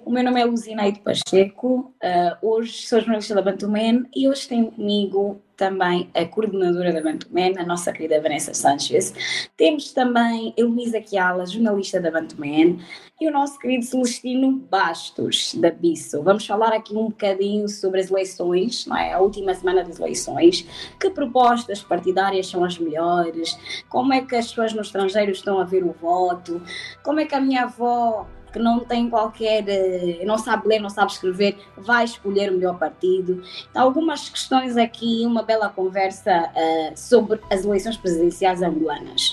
O meu nome é Luzineide Pacheco, hoje sou jornalista da Bantuman e hoje tenho comigo também a coordenadora da Bantuman, a nossa querida Vanessa Sanchez. Temos também a Luísa Chiala, jornalista da Bantuman, e o nosso querido Celestino Bastos, da BISO. Vamos falar aqui um bocadinho sobre as eleições, não é? A última semana das eleições, que propostas partidárias são as melhores, como é que as pessoas no estrangeiro estão a ver o voto, como é que a minha avó, que não tem qualquer, não sabe ler, não sabe escrever, vai escolher o melhor partido. Então, algumas questões aqui, uma bela conversa sobre as eleições presidenciais angolanas.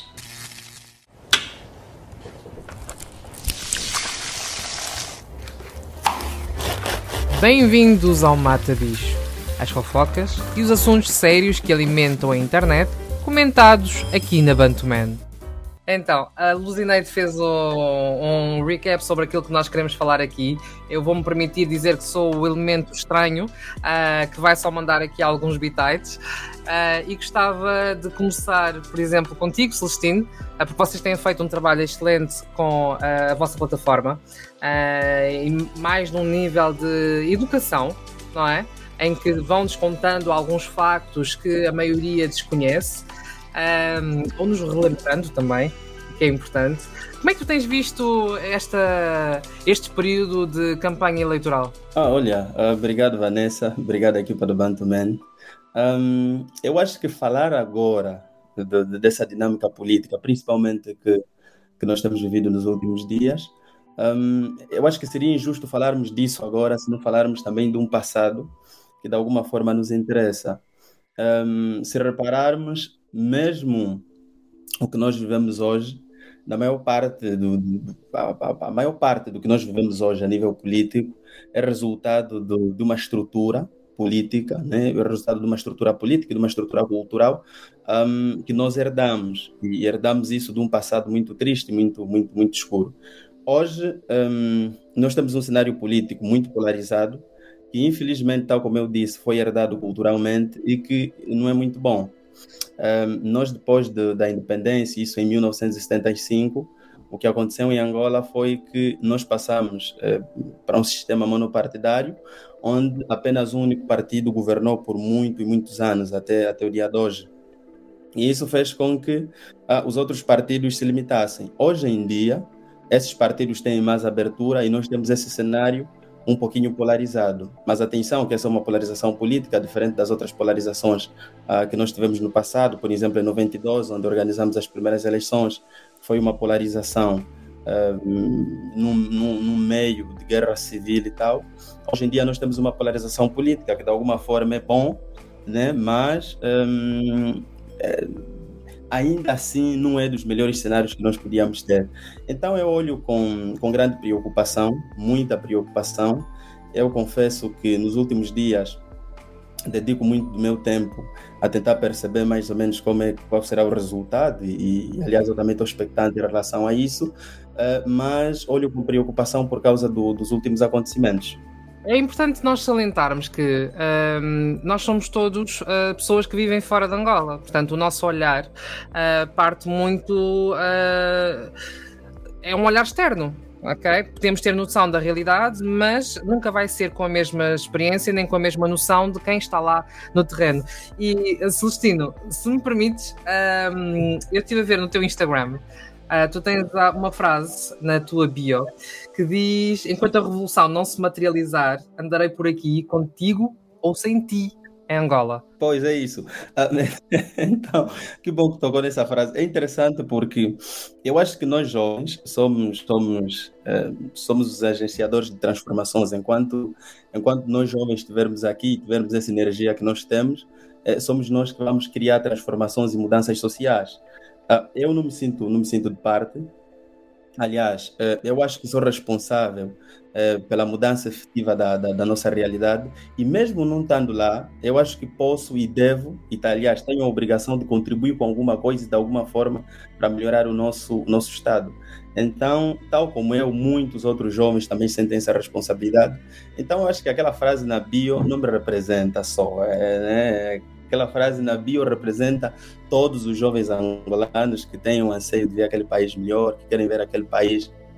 Bem-vindos ao Mata Bicho, as fofocas e os assuntos sérios que alimentam a internet, comentados aqui na Bantuman. Então, a Luzineide fez um recap sobre aquilo que nós queremos falar aqui. Eu vou-me permitir dizer que sou o elemento estranho, que vai só mandar aqui alguns bitites. E gostava de começar, por exemplo, contigo, Celestino, porque vocês têm feito um trabalho excelente com a vossa plataforma, e mais num nível de educação, não é? Em que vão descontando alguns factos que a maioria desconhece. Ou nos relembrando também, que é importante. Como é que tu tens visto este período de campanha eleitoral? Olha, obrigado Vanessa, obrigado equipa do Bantuman. Eu acho que falar agora dessa dinâmica política, principalmente que nós temos vivido nos últimos dias, eu acho que seria injusto falarmos disso agora se não falarmos também de um passado que de alguma forma nos interessa. Se repararmos, mesmo o que nós vivemos hoje, a maior parte do que nós vivemos hoje a nível político é resultado de uma estrutura política, né? É resultado de uma estrutura política e de uma estrutura cultural que nós herdamos. E herdamos isso de um passado muito triste, muito, muito, muito escuro. Hoje, nós temos um cenário político muito polarizado, que infelizmente, tal como eu disse, foi herdado culturalmente e que não é muito bom. Nós, depois da independência, isso em 1975, o que aconteceu em Angola foi que nós passamos para um sistema monopartidário, onde apenas um único partido governou por muitos anos, até o dia de hoje. E isso fez com que os outros partidos se limitassem. Hoje em dia, esses partidos têm mais abertura e nós temos esse cenário um pouquinho polarizado. Mas atenção que essa é uma polarização política diferente das outras polarizações que nós tivemos no passado. Por exemplo, em 92, onde organizamos as primeiras eleições, foi uma polarização num meio de guerra civil e tal. Hoje em dia nós temos uma polarização política que de alguma forma é bom, né? Mas ainda assim não é dos melhores cenários que nós podíamos ter. Então eu olho com grande preocupação, muita preocupação. Eu confesso que nos últimos dias dedico muito do meu tempo a tentar perceber mais ou menos qual será o resultado e aliás eu também estou expectante em relação a isso, mas olho com preocupação por causa dos últimos acontecimentos. É importante nós salientarmos que nós somos todos pessoas que vivem fora de Angola. Portanto, o nosso olhar parte muito... é um olhar externo, ok? Podemos ter noção da realidade, mas nunca vai ser com a mesma experiência nem com a mesma noção de quem está lá no terreno. E, Celestino, se me permites, eu estive a ver no teu Instagram, tu tens uma frase na tua bio que diz: enquanto a revolução não se materializar, andarei por aqui contigo ou sem ti em Angola. Pois é isso. Então, que bom que tocou nessa frase. É interessante porque eu acho que nós jovens somos os agenciadores de transformações. Enquanto nós jovens estivermos aqui, tivermos essa energia que nós temos, somos nós que vamos criar transformações e mudanças sociais. Eu não me sinto de parte. Aliás, eu acho que sou responsável pela mudança efetiva da nossa realidade e mesmo não estando lá, eu acho que posso e devo, aliás, tenho a obrigação de contribuir com alguma coisa e de alguma forma para melhorar o nosso estado. Então, tal como eu, muitos outros jovens também sentem essa responsabilidade. Então, eu acho que aquela frase na bio não me representa só, né? Aquela frase na bio representa todos os jovens angolanos que têm o anseio de ver aquele país melhor, que querem ver aquele país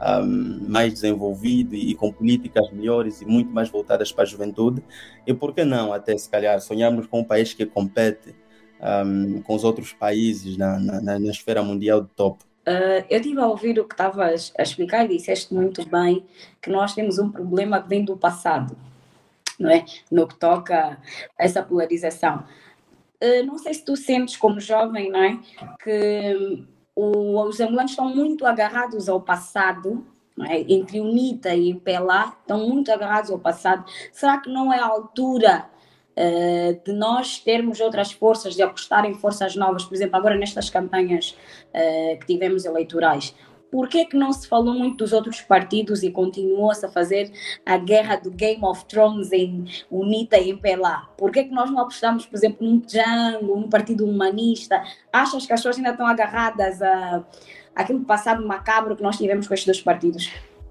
mais desenvolvido e com políticas melhores e muito mais voltadas para a juventude. E por que não, até se calhar, sonharmos com um país que compete com os outros países na esfera mundial de topo? Eu estive a ouvir o que estavas a explicar e disseste muito bem que nós temos um problema que vem do passado, não é? No que toca a essa polarização. Não sei se tu sentes como jovem, não é? Que os angolanos estão muito agarrados ao passado, não é? Entre UNITA e MPLA, estão muito agarrados ao passado. Será que não é a altura de nós termos outras forças, de apostar em forças novas, por exemplo, agora nestas campanhas que tivemos eleitorais? Por que não se falou muito dos outros partidos e continuou-se a fazer a guerra do Game of Thrones em UNITA e MPLA? Por que nós não apostamos, por exemplo, num Django, num partido humanista? Achas que as pessoas ainda estão agarradas àquele passado macabro que nós tivemos com estes dois partidos?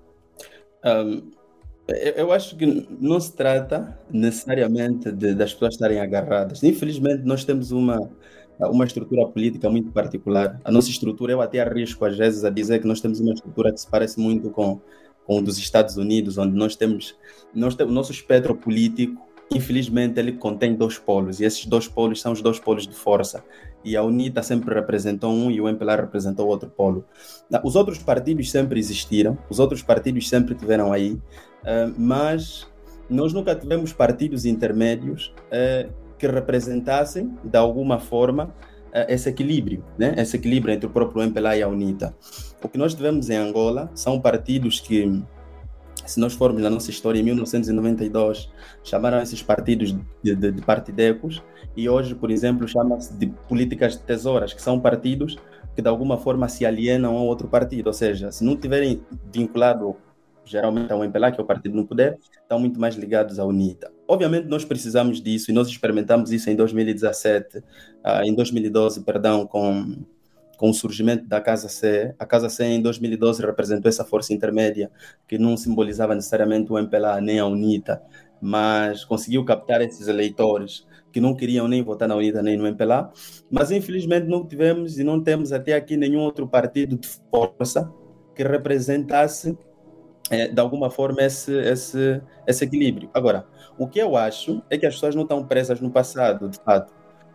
Eu acho que não se trata necessariamente das pessoas estarem agarradas. Infelizmente, nós temos uma estrutura política muito particular. A nossa estrutura, eu até arrisco às vezes a dizer que nós temos uma estrutura que se parece muito com o dos Estados Unidos, onde nós temos o nosso espectro político, infelizmente, ele contém dois polos, e esses dois polos são os dois polos de força. E a UNITA sempre representou um e o MPLA representou outro polo. Os outros partidos sempre existiram, os outros partidos sempre estiveram aí, mas nós nunca tivemos partidos intermédios que representassem, de alguma forma, esse equilíbrio, né? Esse equilíbrio entre o próprio MPLA e a UNITA. O que nós tivemos em Angola são partidos que, se nós formos na nossa história, em 1992, chamaram esses partidos de partidecos, e hoje, por exemplo, chama-se de políticas de tesouras, que são partidos que de alguma forma se alienam a outro partido, ou seja, se não tiverem vinculado geralmente ao MPLA, que é o partido no poder, estão muito mais ligados à UNITA. Obviamente nós precisamos disso, e nós experimentamos isso em 2017, em 2012, perdão, com o surgimento da Casa C. A Casa C em 2012 representou essa força intermédia que não simbolizava necessariamente o MPLA nem a UNITA, mas conseguiu captar esses eleitores que não queriam nem votar na UNITA nem no MPLA, mas infelizmente não tivemos e não temos até aqui nenhum outro partido de força que representasse de alguma forma esse equilíbrio. Agora, o que eu acho é que as pessoas não estão presas no passado, de fato.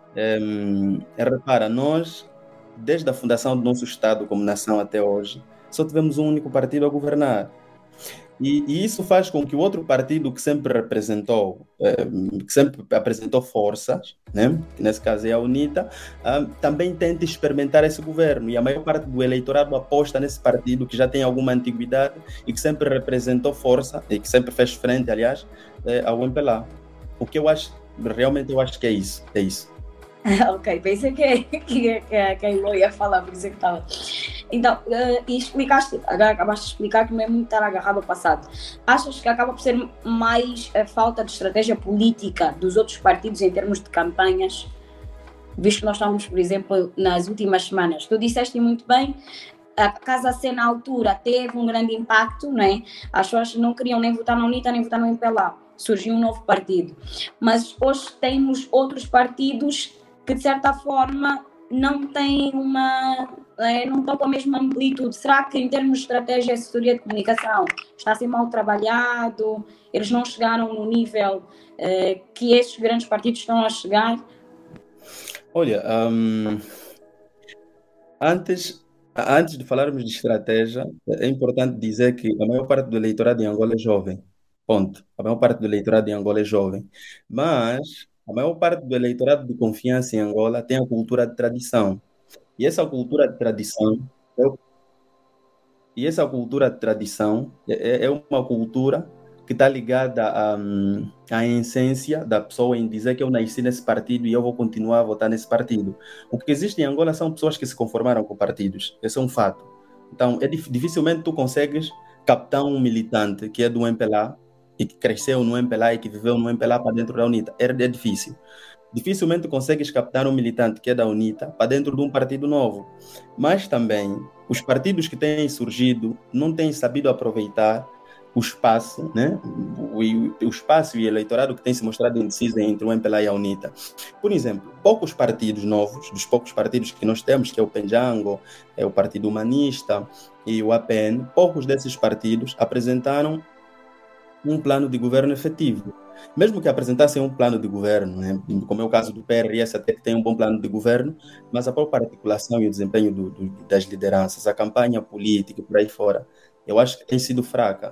Repara, nós, desde a fundação do nosso Estado como nação até hoje, só tivemos um único partido a governar. E isso faz com que o outro partido que sempre representou, que sempre apresentou forças, né, que nesse caso é a UNITA, também tente experimentar esse governo. E a maior parte do eleitorado aposta nesse partido que já tem alguma antiguidade e que sempre representou força, e que sempre fez frente, aliás, ao MPLA. O que eu acho, realmente eu acho que é isso. É isso. Ok, pensei que a Elo ia falar, por isso que estava. Então, e explicaste, agora acabaste de explicar que não é muito estar agarrado ao passado. Achas que acaba por ser mais a falta de estratégia política dos outros partidos em termos de campanhas, visto que nós estávamos, por exemplo, nas últimas semanas? Tu disseste muito bem, a Casa C na altura teve um grande impacto, não é? As pessoas não queriam nem votar na UNITA nem votar no MPLA. Surgiu um novo partido. Mas hoje temos outros partidos que de certa forma não têm não estão com a mesma amplitude. Será que em termos de estratégia e assessoria de comunicação está a ser mal trabalhado? Eles não chegaram no nível que esses grandes partidos estão a chegar? Olha, antes de falarmos de estratégia, é importante dizer que a maior parte do eleitorado em Angola é jovem. Ponto. A maior parte do eleitorado em Angola é jovem. Mas a maior parte do eleitorado de confiança em Angola tem a cultura de tradição. E essa cultura de tradição, é uma cultura que está ligada à essência da pessoa em dizer que eu nasci nesse partido e eu vou continuar a votar nesse partido. O que existe em Angola são pessoas que se conformaram com partidos. Esse é um fato. Então, dificilmente tu consegues captar um militante que é do MPLA e que cresceu no MPLA e que viveu no MPLA para dentro da UNITA. É difícil. Dificilmente consegues captar um militante que é da UNITA para dentro de um partido novo. Mas também, os partidos que têm surgido não têm sabido aproveitar o espaço, né? o espaço e o eleitorado que tem se mostrado indeciso entre o MPLA e a UNITA. Por exemplo, poucos partidos novos, dos poucos partidos que nós temos, que é o Penjango, é o Partido Humanista e o APN, poucos desses partidos apresentaram um plano de governo efetivo. Mesmo que apresentassem um plano de governo, né, como é o caso do PRS, até que tem um bom plano de governo, mas a própria articulação e o desempenho das lideranças, a campanha política e por aí fora, eu acho que tem sido fraca.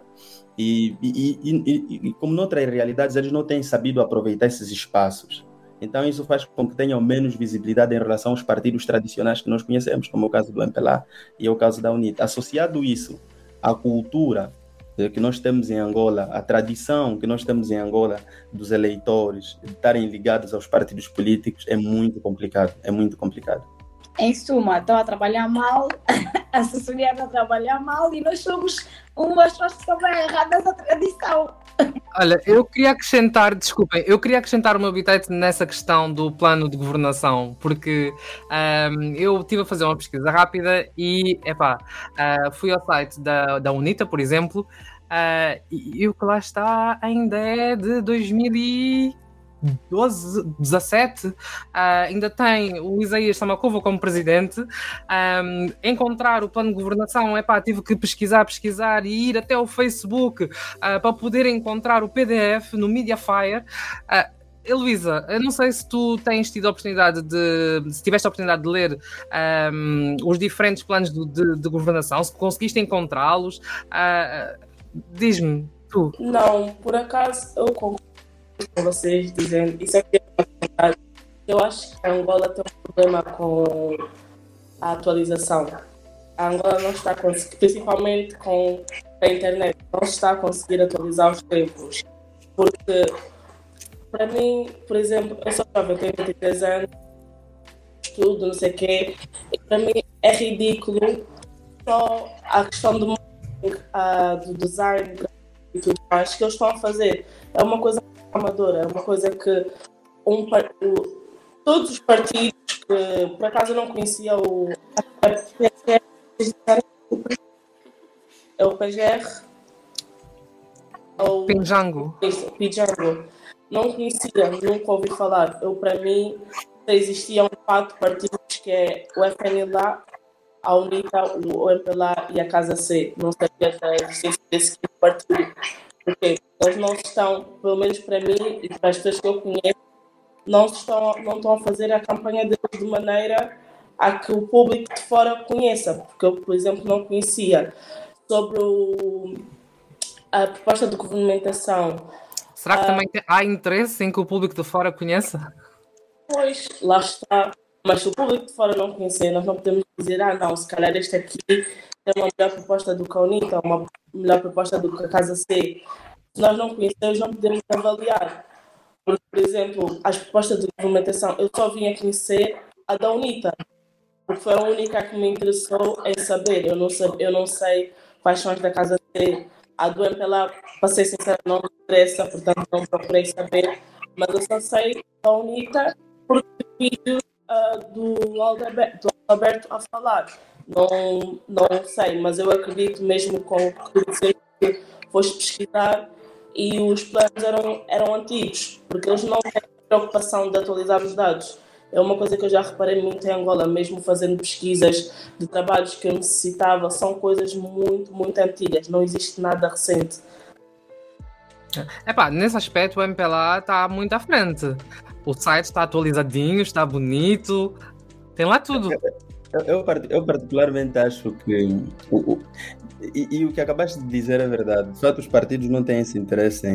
E como noutras realidades, eles não têm sabido aproveitar esses espaços. Então isso faz com que tenham menos visibilidade em relação aos partidos tradicionais que nós conhecemos, como é o caso do MPLA e o caso da UNITA. Associado isso à cultura que nós temos em Angola, a tradição que nós temos em Angola dos eleitores de estarem ligados aos partidos políticos, é muito complicado, é muito complicado. Em suma, estão a trabalhar mal, a assessoria está a trabalhar mal e nós somos umas pessoas que estão bem erradas da tradição. Olha, eu queria acrescentar uma bitite nessa questão do plano de governação, porque eu estive a fazer uma pesquisa rápida e fui ao site da UNITA, por exemplo, e o que lá está ainda é de 2017, ainda tem o Isaías Samakova como presidente. Encontrar o plano de governação, tive que pesquisar e ir até o Facebook para poder encontrar o PDF no Mediafire. Heloísa, eu não sei se tu tens tido a oportunidade se tiveste a oportunidade de ler os diferentes planos de governação, se conseguiste encontrá-los. Diz-me, tu. Não, por acaso eu concordo com vocês dizendo, isso aqui é uma verdade. Eu acho que a Angola tem um problema com a atualização. A Angola não está conseguindo, principalmente com a internet, não está a conseguir atualizar os tempos. Porque, para mim, por exemplo, eu sou jovem, tenho 23 anos, estudo, não sei o quê, e para mim é ridículo só a questão do design e tudo mais que eles estão a fazer. É uma coisa amadora, é uma coisa que todos os partidos que por acaso eu não conhecia é o PGR ou Penjango. não conhecia, nunca ouvi falar. Para mim existiam 4 partidos, que é o FNLA, a UNITA, o MPLA e a Casa C. Não sabia da existência desse partido. Porque eles não estão, pelo menos para mim e para as pessoas que eu conheço, não estão a fazer a campanha deles de maneira a que o público de fora conheça. Porque eu, por exemplo, não conhecia sobre a proposta de governamentação. Será que também há interesse em que o público de fora conheça? Pois, lá está. Mas se o público de fora não conhecer, nós não podemos dizer, não, se calhar este aqui tem uma melhor proposta do que a UNITA, uma melhor proposta do que a Casa C. Se nós não conhecemos, não podemos avaliar. Porque, por exemplo, as propostas de governamentação, eu só vim a conhecer a da UNITA, porque foi a única que me interessou em saber. Eu não sei quais são as da Casa C. A do MPLA, para ser sincera, não me interessa, portanto não procurei saber. Mas eu só sei da UNITA porque vídeo do Alberto a falar. Não sei, mas eu acredito mesmo com o que disseste, que foste pesquisar e os planos eram antigos, porque eles não têm preocupação de atualizar os dados. É uma coisa que eu já reparei muito em Angola, mesmo fazendo pesquisas de trabalhos que eu necessitava, são coisas muito, muito antigas, não existe nada recente. Nesse aspecto o MPLA está muito à frente. O site está atualizadinho, está bonito, tem lá tudo. Eu particularmente acho que o que acabaste de dizer é verdade. De fato, os partidos não têm esse interesse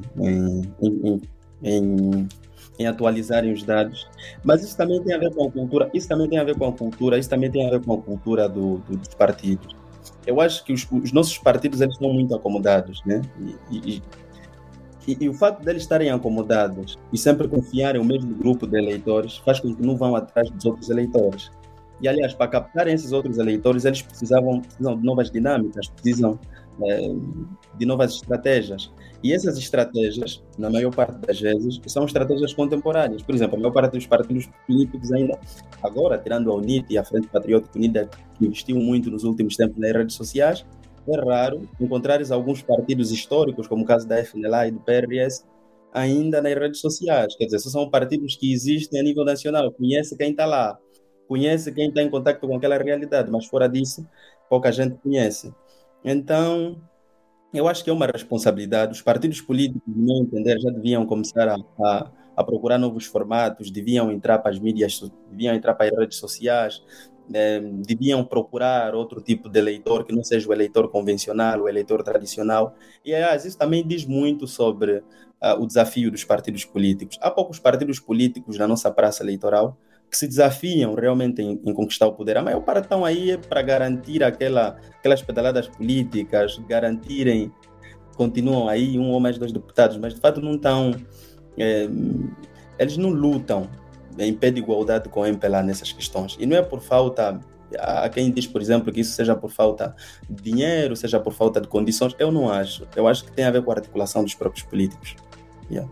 em atualizarem os dados, mas isso também tem a ver com a cultura, isso também tem a ver com a cultura dos partidos. Eu acho que os nossos partidos, eles estão muito acomodados, né? E o fato de eles estarem acomodados e sempre confiarem no mesmo grupo de eleitores faz com que não vão atrás dos outros eleitores. E, aliás, para captarem esses outros eleitores, eles precisam de novas dinâmicas, precisam de novas estratégias. E essas estratégias, na maior parte das vezes, são estratégias contemporâneas. Por exemplo, a maior parte dos partidos políticos ainda, agora, tirando a UNITA e a Frente Patriótica Unida, que investiu muito nos últimos tempos nas redes sociais, é raro encontrares alguns partidos históricos, como o caso da FNLA e do PRS, ainda nas redes sociais. Quer dizer, são partidos que existem a nível nacional, conhece quem está lá, conhece quem está em contato com aquela realidade, mas fora disso, pouca gente conhece. Então, eu acho que é uma responsabilidade. Os partidos políticos, no meu entender, já deviam começar a procurar novos formatos, deviam entrar para as mídias, deviam entrar para as redes sociais, deviam procurar outro tipo de eleitor que não seja o eleitor convencional, o eleitor tradicional. E, aliás, isso também diz muito sobre o desafio dos partidos políticos. Há poucos partidos políticos na nossa praça eleitoral que se desafiam realmente em conquistar o poder. A maior parte estão aí para garantir aquelas pedaladas políticas, garantirem, continuam aí 1 ou mais 2 deputados, mas de fato não estão, eles não lutam em pé de igualdade com o MPLA nessas questões. E não é por falta, há quem diz, por exemplo, que isso seja por falta de dinheiro, seja por falta de condições. Eu não acho. Eu acho que tem a ver com a articulação dos próprios políticos. Yeah.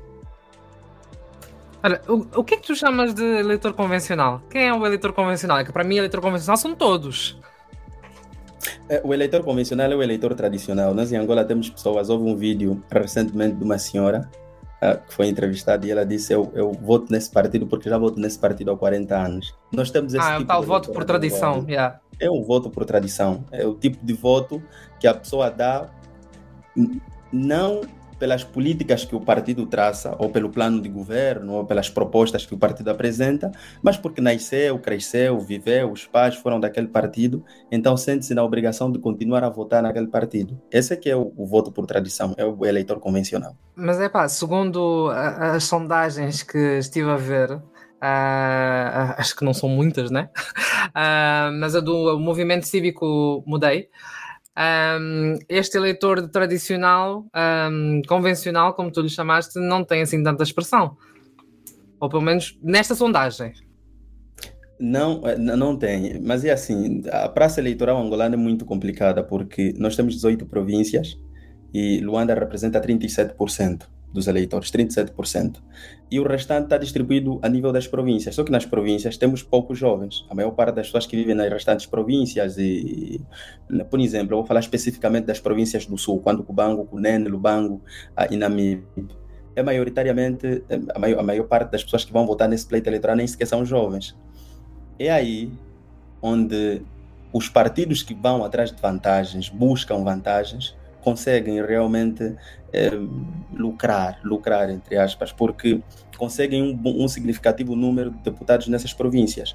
Olha, o que é que tu chamas de eleitor convencional? Quem é o eleitor convencional? É que para mim eleitor convencional são todos. O eleitor convencional é o eleitor tradicional. Nós em Angola temos pessoas, houve um vídeo recentemente de uma senhora que foi entrevistada e ela disse, eu voto nesse partido porque já voto nesse partido há 40 anos. Nós temos esse tipo tal de voto por tradição. Yeah. É um voto por tradição. É o tipo de voto que a pessoa dá não pelas políticas que o partido traça, ou pelo plano de governo, ou pelas propostas que o partido apresenta, mas porque nasceu, cresceu, viveu, os pais foram daquele partido, então sente-se na obrigação de continuar a votar naquele partido. Esse é que é o voto por tradição, é o eleitor convencional. Mas segundo as sondagens que estive a ver, acho que não são muitas, né? Mas a do Movimento Cívico Mudei, este eleitor tradicional, convencional, como tu lhe chamaste, não tem assim tanta expressão. Ou pelo menos nesta sondagem. Não tem. Mas é assim, a praça eleitoral angolana é muito complicada porque nós temos 18 províncias e Luanda representa 37% dos eleitores, 37%. E o restante está distribuído a nível das províncias. Só que nas províncias temos poucos jovens. A maior parte das pessoas que vivem nas restantes províncias, por exemplo, eu vou falar especificamente das províncias do sul, quando Cubango, Cunene, Lubango e Namibe, é maioritariamente, a maior parte das pessoas que vão votar nesse pleito eleitoral nem sequer são jovens. É aí onde os partidos que vão atrás de vantagens, buscam vantagens, conseguem realmente lucrar, entre aspas, porque conseguem um significativo número de deputados nessas províncias.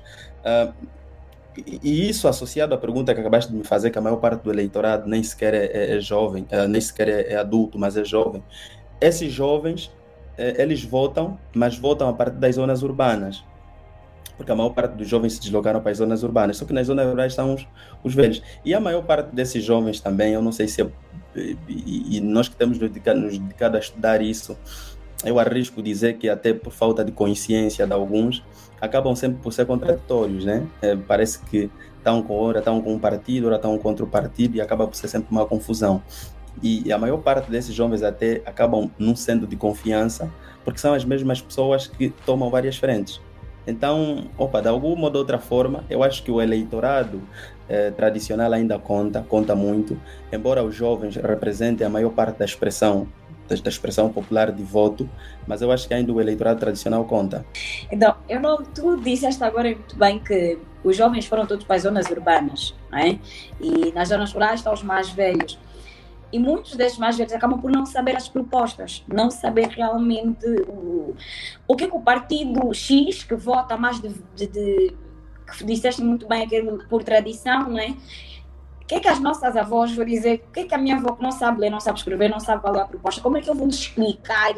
E isso associado à pergunta que acabaste de me fazer, que a maior parte do eleitorado nem sequer é jovem, nem sequer é adulto, mas é jovem. Esses jovens, eles votam, mas votam a partir das zonas urbanas, porque a maior parte dos jovens se deslocaram para as zonas urbanas, só que nas zonas rurais estão os velhos. E a maior parte desses jovens também, eu não sei se e nós que temos nos dedicado a estudar isso, eu arrisco dizer que até por falta de consciência de alguns, acabam sempre por ser contraditórios, né? Parece que estão com um partido, ora estão contra o partido e acaba por ser sempre uma confusão. E a maior parte desses jovens até acabam não sendo de confiança, porque são as mesmas pessoas que tomam várias frentes. Então, de alguma ou de outra forma, eu acho que o eleitorado tradicional ainda conta muito, embora os jovens representem a maior parte da expressão popular de voto, mas eu acho que ainda o eleitorado tradicional conta. Então, tu disseste agora muito bem que os jovens foram todos para as zonas urbanas, não é? E nas zonas rurais estão os mais velhos. E muitos desses mais velhos acabam por não saber as propostas, não saber realmente o que é que o partido X, que vota mais que disseste muito bem aquele por tradição, não é? O que é que as nossas avós vão dizer? O que é que a minha avó que não sabe ler, não sabe escrever, não sabe qual é a proposta? Como é que eu vou lhe explicar?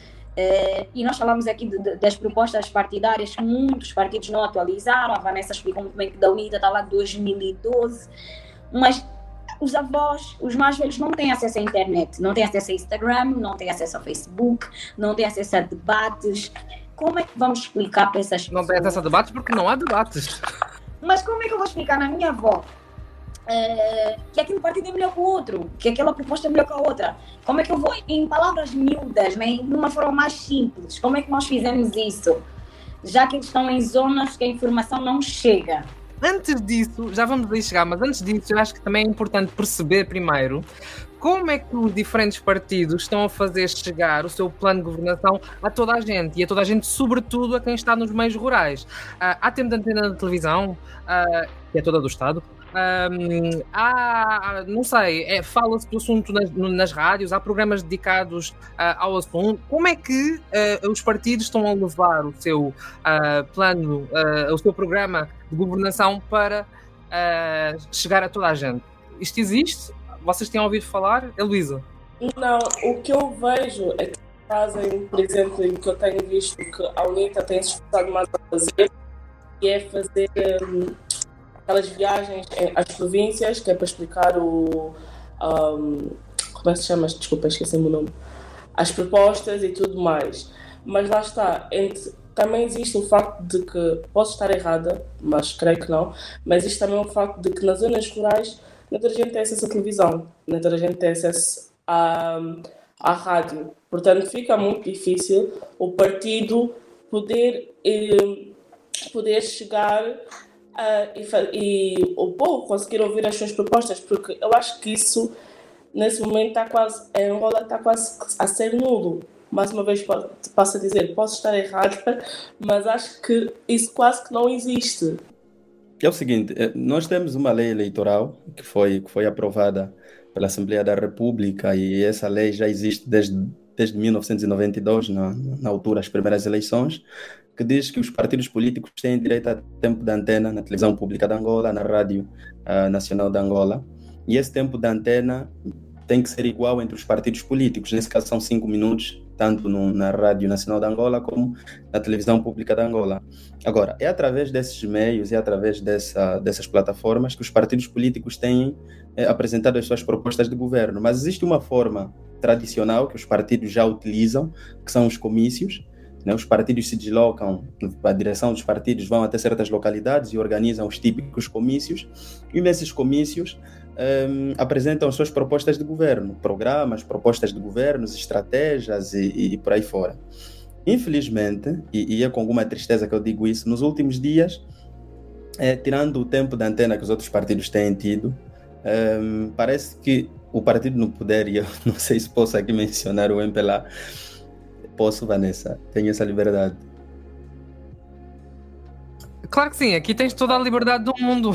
E nós falamos aqui das propostas partidárias que muitos partidos não atualizaram. A Vanessa explicou muito bem que da UNITA está lá de 2012, mas os avós, os mais velhos, não têm acesso à internet, não têm acesso a Instagram, não têm acesso ao Facebook, não têm acesso a debates. Como é que vamos explicar para essas pessoas? Não tem acesso a debates porque não há debates. Mas como é que eu vou explicar na minha avó que aquele partido é melhor que o outro, que aquela proposta é melhor que a outra? Como é que eu vou, em palavras miúdas, né, de uma forma mais simples, como é que nós fizemos isso? Já que eles estão em zonas que a informação não chega. antes disso, já vamos aí chegar, mas antes disso eu acho que também é importante perceber primeiro como é que os diferentes partidos estão a fazer chegar o seu plano de governação a toda a gente, e a toda a gente, sobretudo a quem está nos meios rurais. Há tempo de antena de televisão, que é toda do Estado. Não sei, fala-se do assunto nas rádios, há programas dedicados ao assunto. Como é que os partidos estão a levar o seu plano, o seu programa de governação para chegar a toda a gente? Isto existe? Vocês têm ouvido falar? Heloísa? Não, o que eu vejo é que fazem, por exemplo, e que eu tenho visto que a UNITA tem se esforçado mais a fazer, e é fazer aquelas viagens às províncias, que é para explicar como é que se chama? Desculpa, esqueci-me o nome. As propostas e tudo mais. Mas lá está, também existe o facto de que, posso estar errada, mas creio que não, mas existe também o facto de que nas zonas rurais nem toda a gente tem acesso à televisão, nem toda a gente tem acesso à rádio. Portanto, fica muito difícil o partido poder chegar e o povo conseguir ouvir as suas propostas, porque eu acho que isso, nesse momento, a Angola está quase a ser nulo. Mais uma vez, passo a dizer, posso estar errada, mas acho que isso quase que não existe. É o seguinte, nós temos uma lei eleitoral que foi aprovada pela Assembleia da República, e essa lei já existe desde 1992, na altura das primeiras eleições, que diz que os partidos políticos têm direito a tempo de antena na televisão pública de Angola, na Rádio Nacional de Angola, e esse tempo de antena tem que ser igual entre os partidos políticos. Nesse caso são 5 minutos, tanto na Rádio Nacional de Angola como na televisão pública de Angola. Agora, é através desses meios, é através dessas plataformas que os partidos políticos têm apresentado as suas propostas de governo. Mas existe uma forma tradicional que os partidos já utilizam, que são os comícios. Os partidos se deslocam, a direção dos partidos vão até certas localidades e organizam os típicos comícios, e nesses comícios apresentam as suas propostas de governo, programas, propostas de governos, estratégias e por aí fora. Infelizmente, e é com alguma tristeza que eu digo isso, nos últimos dias, tirando o tempo de antena que os outros partidos têm tido, parece que o partido no poder, e eu não sei se posso aqui mencionar o MPLA. Posso, Vanessa? Tenho essa liberdade. Claro que sim, aqui tens toda a liberdade do mundo.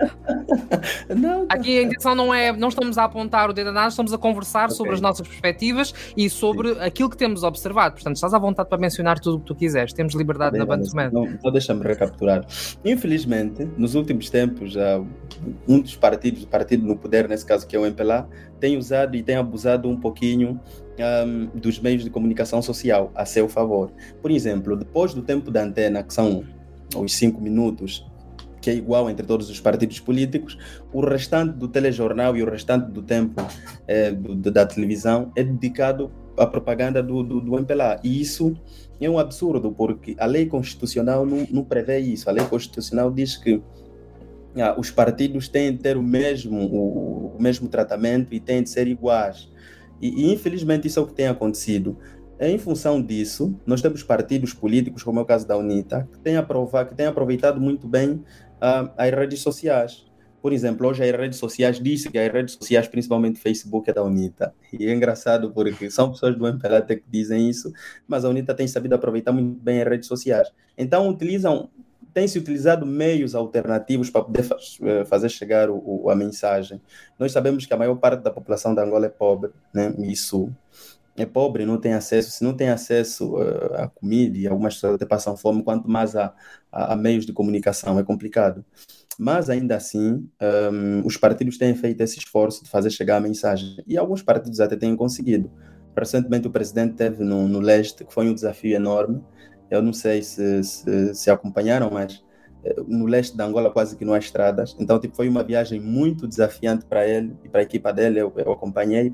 Não. Aqui a intenção não estamos a apontar o dedo a nada, estamos a conversar sobre as nossas perspectivas e sobre aquilo que temos observado. Portanto, estás à vontade para mencionar tudo o que tu quiseres. Temos liberdade na Bantuman. Então deixa-me recapitular. Infelizmente, nos últimos tempos, um dos partidos, o partido no poder, nesse caso que é o MPLA, tem usado e tem abusado um pouquinho dos meios de comunicação social a seu favor. Por exemplo, depois do tempo da antena, que são os 5 minutos, que é igual entre todos os partidos políticos, o restante do telejornal e o restante do tempo da televisão é dedicado à propaganda do MPLA. E isso é um absurdo, porque a lei constitucional não prevê isso. A lei constitucional diz que os partidos têm de ter o mesmo tratamento e têm de ser iguais. E infelizmente isso é o que tem acontecido. Em função disso, nós temos partidos políticos, como é o caso da UNITA, que têm aproveitado muito bem as redes sociais. Por exemplo, hoje as redes sociais, disse que as redes sociais, principalmente o Facebook, é da UNITA. E é engraçado porque são pessoas do MPLA que dizem isso, mas a UNITA tem sabido aproveitar muito bem as redes sociais. Então, tem-se utilizado meios alternativos para poder fazer chegar a mensagem. Nós sabemos que a maior parte da população da Angola é pobre, né? Isso é pobre, não tem acesso. Se não tem acesso à comida, e algumas pessoas até passam fome, quanto mais a meios de comunicação, é complicado. Mas ainda assim, os partidos têm feito esse esforço de fazer chegar a mensagem, e alguns partidos até têm conseguido. Recentemente o presidente teve no leste, que foi um desafio enorme. Eu não sei se acompanharam, mas no leste da Angola quase que não há estradas. Então foi uma viagem muito desafiante para ele e para a equipa dele. Eu acompanhei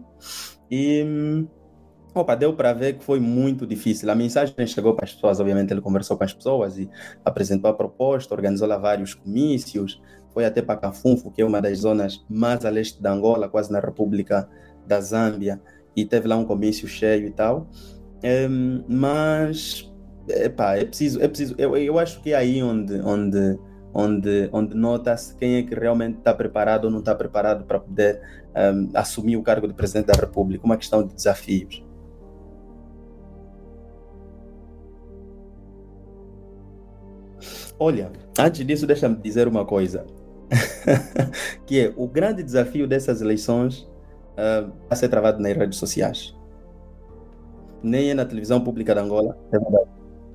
e deu para ver que foi muito difícil. A mensagem chegou para as pessoas, obviamente ele conversou com as pessoas e apresentou a proposta, organizou lá vários comícios, foi até para Cafunfo, que é uma das zonas mais a leste da Angola, quase na República da Zâmbia, e teve lá um comício cheio e tal. Mas é preciso. Eu acho que é aí onde onde nota-se quem é que realmente está preparado ou não está preparado para poder assumir o cargo de Presidente da República, uma questão de desafios. Olha, antes disso, deixa-me dizer uma coisa, que é o grande desafio dessas eleições a ser travado nas redes sociais. Nem é na televisão pública de Angola, é verdade.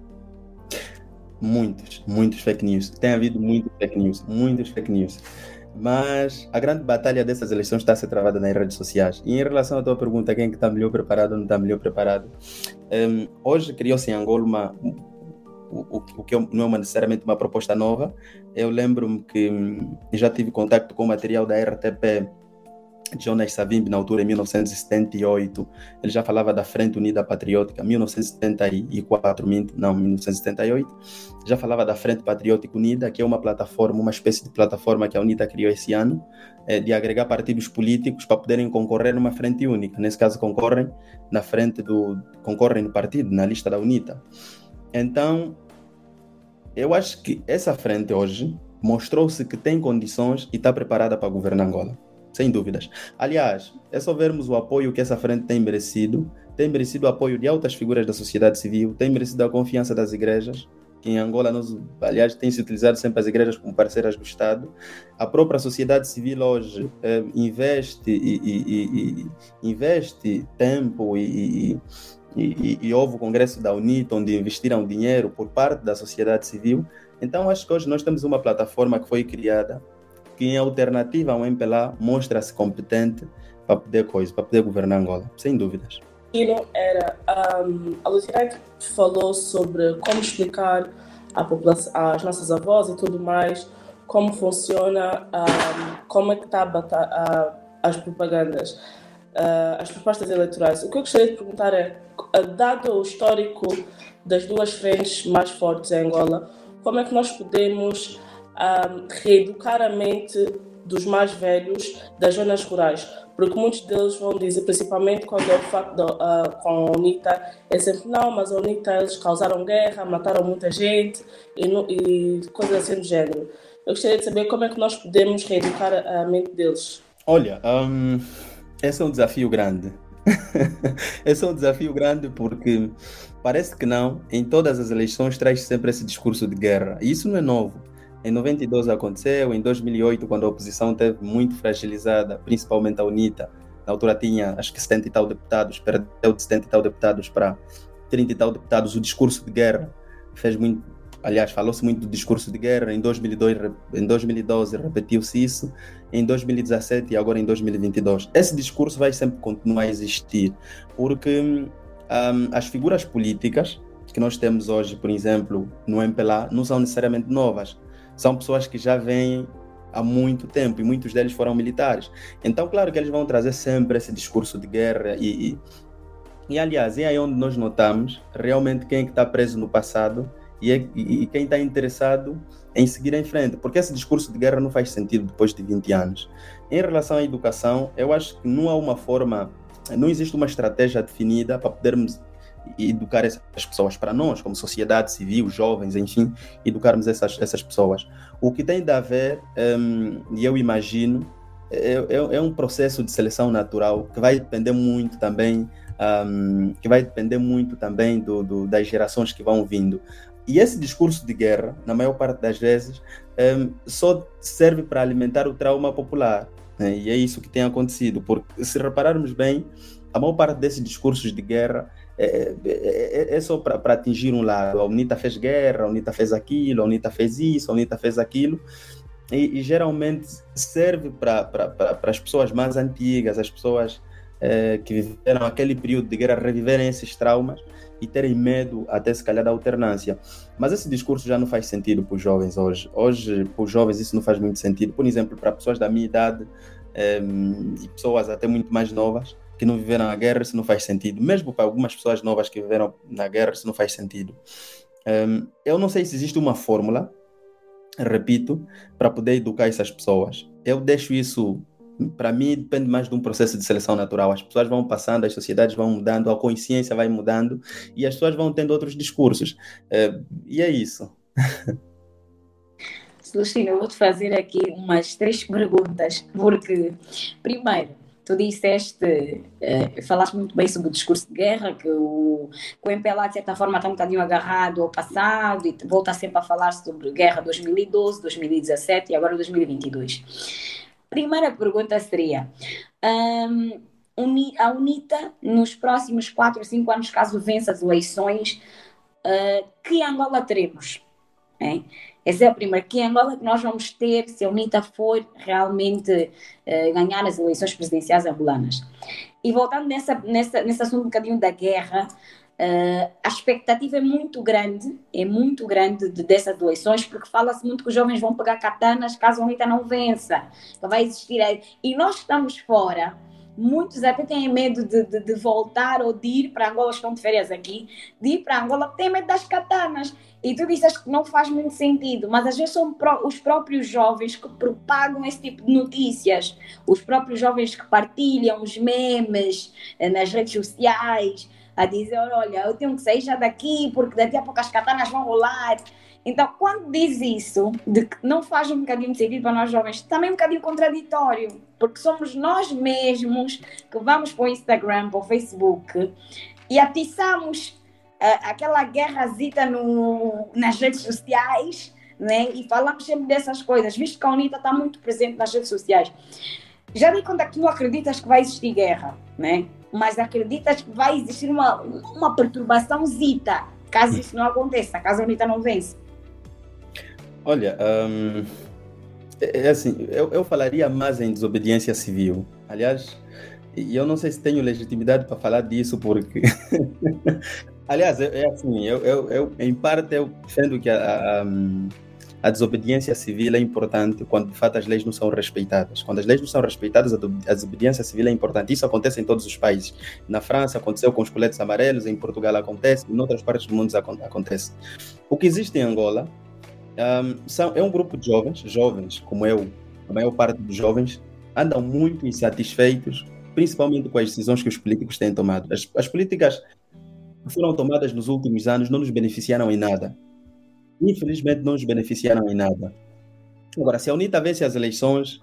Muitos fake news. Tem havido muitos fake news. Mas a grande batalha dessas eleições está a ser travada nas redes sociais. E em relação à tua pergunta, quem é que está melhor preparado ou não está melhor preparado? Hoje criou-se em Angola o que não é necessariamente uma proposta nova. Eu lembro-me que já tive contato com o material da RTP, Jonas Savimbi, na altura, em 1978. Ele já falava da Frente Unida Patriótica, 1978. Já falava da Frente Patriótica Unida, que é uma plataforma, uma espécie de plataforma que a UNITA criou esse ano, de agregar partidos políticos para poderem concorrer numa frente única. Nesse caso, concorrem no partido, na lista da UNITA. Então, eu acho que essa frente hoje mostrou-se que tem condições e está preparada para governar Angola. Sem dúvidas. Aliás, é só vermos o apoio que essa frente tem merecido o apoio de altas figuras da sociedade civil, tem merecido a confiança das igrejas, que em Angola, aliás, tem se utilizado sempre as igrejas como parceiras do Estado. A própria sociedade civil hoje investe tempo e houve o Congresso da UNITA, onde investiram dinheiro por parte da sociedade civil. Então, acho que hoje nós temos uma plataforma que foi criada que, em alternativa ao MPLA, mostra-se competente para poder governar Angola, sem dúvidas. A Luciana falou sobre como explicar à população, às nossas avós e tudo mais, como funciona, como é que está as propagandas, as propostas eleitorais. O que eu gostaria de perguntar é, dado o histórico das duas frentes mais fortes em Angola, como é que nós podemos reeducar a mente dos mais velhos das zonas rurais? Porque muitos deles vão dizer, principalmente quando é o facto com a UNITA, é sempre, não, mas a UNITA, eles causaram guerra, mataram muita gente e coisas assim do género. Eu gostaria de saber como é que nós podemos reeducar a mente deles. Olha, esse é um desafio grande. Esse é um desafio grande porque parece que não, em todas as eleições traz sempre esse discurso de guerra. E isso não é novo. Em 92 aconteceu, em 2008, quando a oposição esteve muito fragilizada, principalmente a UNITA, na altura tinha acho que 70 e tal deputados, perdeu de 70 e tal deputados para 30 e tal deputados, o discurso de guerra falou-se muito do discurso de guerra. Em 2012 repetiu-se isso, em 2017 e agora em 2022. Esse discurso vai sempre continuar a existir, porque as figuras políticas que nós temos hoje, por exemplo, no MPLA, não são necessariamente novas. São pessoas que já vêm há muito tempo e muitos deles foram militares. Então, claro que eles vão trazer sempre esse discurso de guerra e aliás, é aí onde nós notamos realmente quem é que está preso no passado e quem está interessado em seguir em frente, porque esse discurso de guerra não faz sentido depois de 20 anos. Em relação à educação, eu acho que não existe uma estratégia definida para podermos educar essas pessoas, para nós, como sociedade civil, jovens, enfim, educarmos essas pessoas. O que tem de haver, e eu imagino, é um processo de seleção natural que vai depender muito também, das gerações que vão vindo. E esse discurso de guerra, na maior parte das vezes, só serve para alimentar o trauma popular, né? E é isso que tem acontecido, porque se repararmos bem, a maior parte desses discursos de guerra é só para atingir um lado. A UNITA fez guerra, a UNITA fez aquilo, a UNITA fez isso, a UNITA fez aquilo, e geralmente serve para as pessoas mais antigas, as pessoas que viveram aquele período de guerra, reviverem esses traumas e terem medo até se calhar da alternância. Mas esse discurso já não faz sentido para os jovens hoje. Hoje, para os jovens, isso não faz muito sentido. Por exemplo, para pessoas da minha idade e pessoas até muito mais novas que não viveram a guerra, isso não faz sentido. Mesmo para algumas pessoas novas que viveram na guerra, isso não faz sentido. Eu não sei se existe uma fórmula, repito, para poder educar essas pessoas. Eu deixo isso, para mim, depende mais de um processo de seleção natural. As pessoas vão passando, as sociedades vão mudando, a consciência vai mudando e as pessoas vão tendo outros discursos. E é isso. Celestina, eu vou-te fazer aqui umas 3 perguntas, porque, primeiro, tu disseste, falaste muito bem sobre o discurso de guerra, que o MPLA, de certa forma, está um bocadinho agarrado ao passado e volta sempre a falar sobre guerra 2012, 2017 e agora 2022. Primeira pergunta seria, a UNITA, nos próximos 4 ou 5 anos, caso vença as eleições, que Angola teremos? Hein? Essa é a primeira. Que Angola que nós vamos ter se a UNITA for realmente ganhar as eleições presidenciais angolanas? E voltando nesse assunto um bocadinho da guerra, a expectativa é muito grande dessas eleições, porque fala-se muito que os jovens vão pegar katanas caso a UNITA não vença, que vai existir. E nós estamos fora. Muitos até têm medo de voltar ou de ir para Angola, estão de férias aqui, de ir para Angola, têm medo das katanas. E tu disseste que não faz muito sentido, mas às vezes são os próprios jovens que propagam esse tipo de notícias, os próprios jovens que partilham os memes nas redes sociais, a dizer, olha, eu tenho que sair já daqui, porque daqui a pouco as katanas vão rolar. Então, quando diz isso, de que não faz um bocadinho de sentido para nós jovens, também é um bocadinho contraditório, porque somos nós mesmos que vamos para o Instagram, para o Facebook e atiçamos aquela guerrazita nas redes sociais, né? E falamos sempre dessas coisas, visto que a UNITA está muito presente nas redes sociais. Já dei conta que tu não acreditas que vai existir guerra, né? Mas acreditas que vai existir uma perturbaçãozita, caso isso não aconteça, caso a UNITA não vença. Olha, é assim, eu falaria mais em desobediência civil. Aliás, eu não sei se tenho legitimidade para falar disso, porque... Aliás, é assim, eu em parte eu defendo que a desobediência civil é importante quando de fato as leis não são respeitadas. Quando as leis não são respeitadas, a desobediência civil é importante. Isso acontece em todos os países. Na França aconteceu com os coletes amarelos, em Portugal acontece, em outras partes do mundo acontece. O que existe em Angola é um grupo de jovens como eu, a maior parte dos jovens, andam muito insatisfeitos, principalmente com as decisões que os políticos têm tomado. As políticas que foram tomadas nos últimos anos não nos beneficiaram em nada. Infelizmente, não nos beneficiaram em nada. Agora, se a UNITA vence as eleições,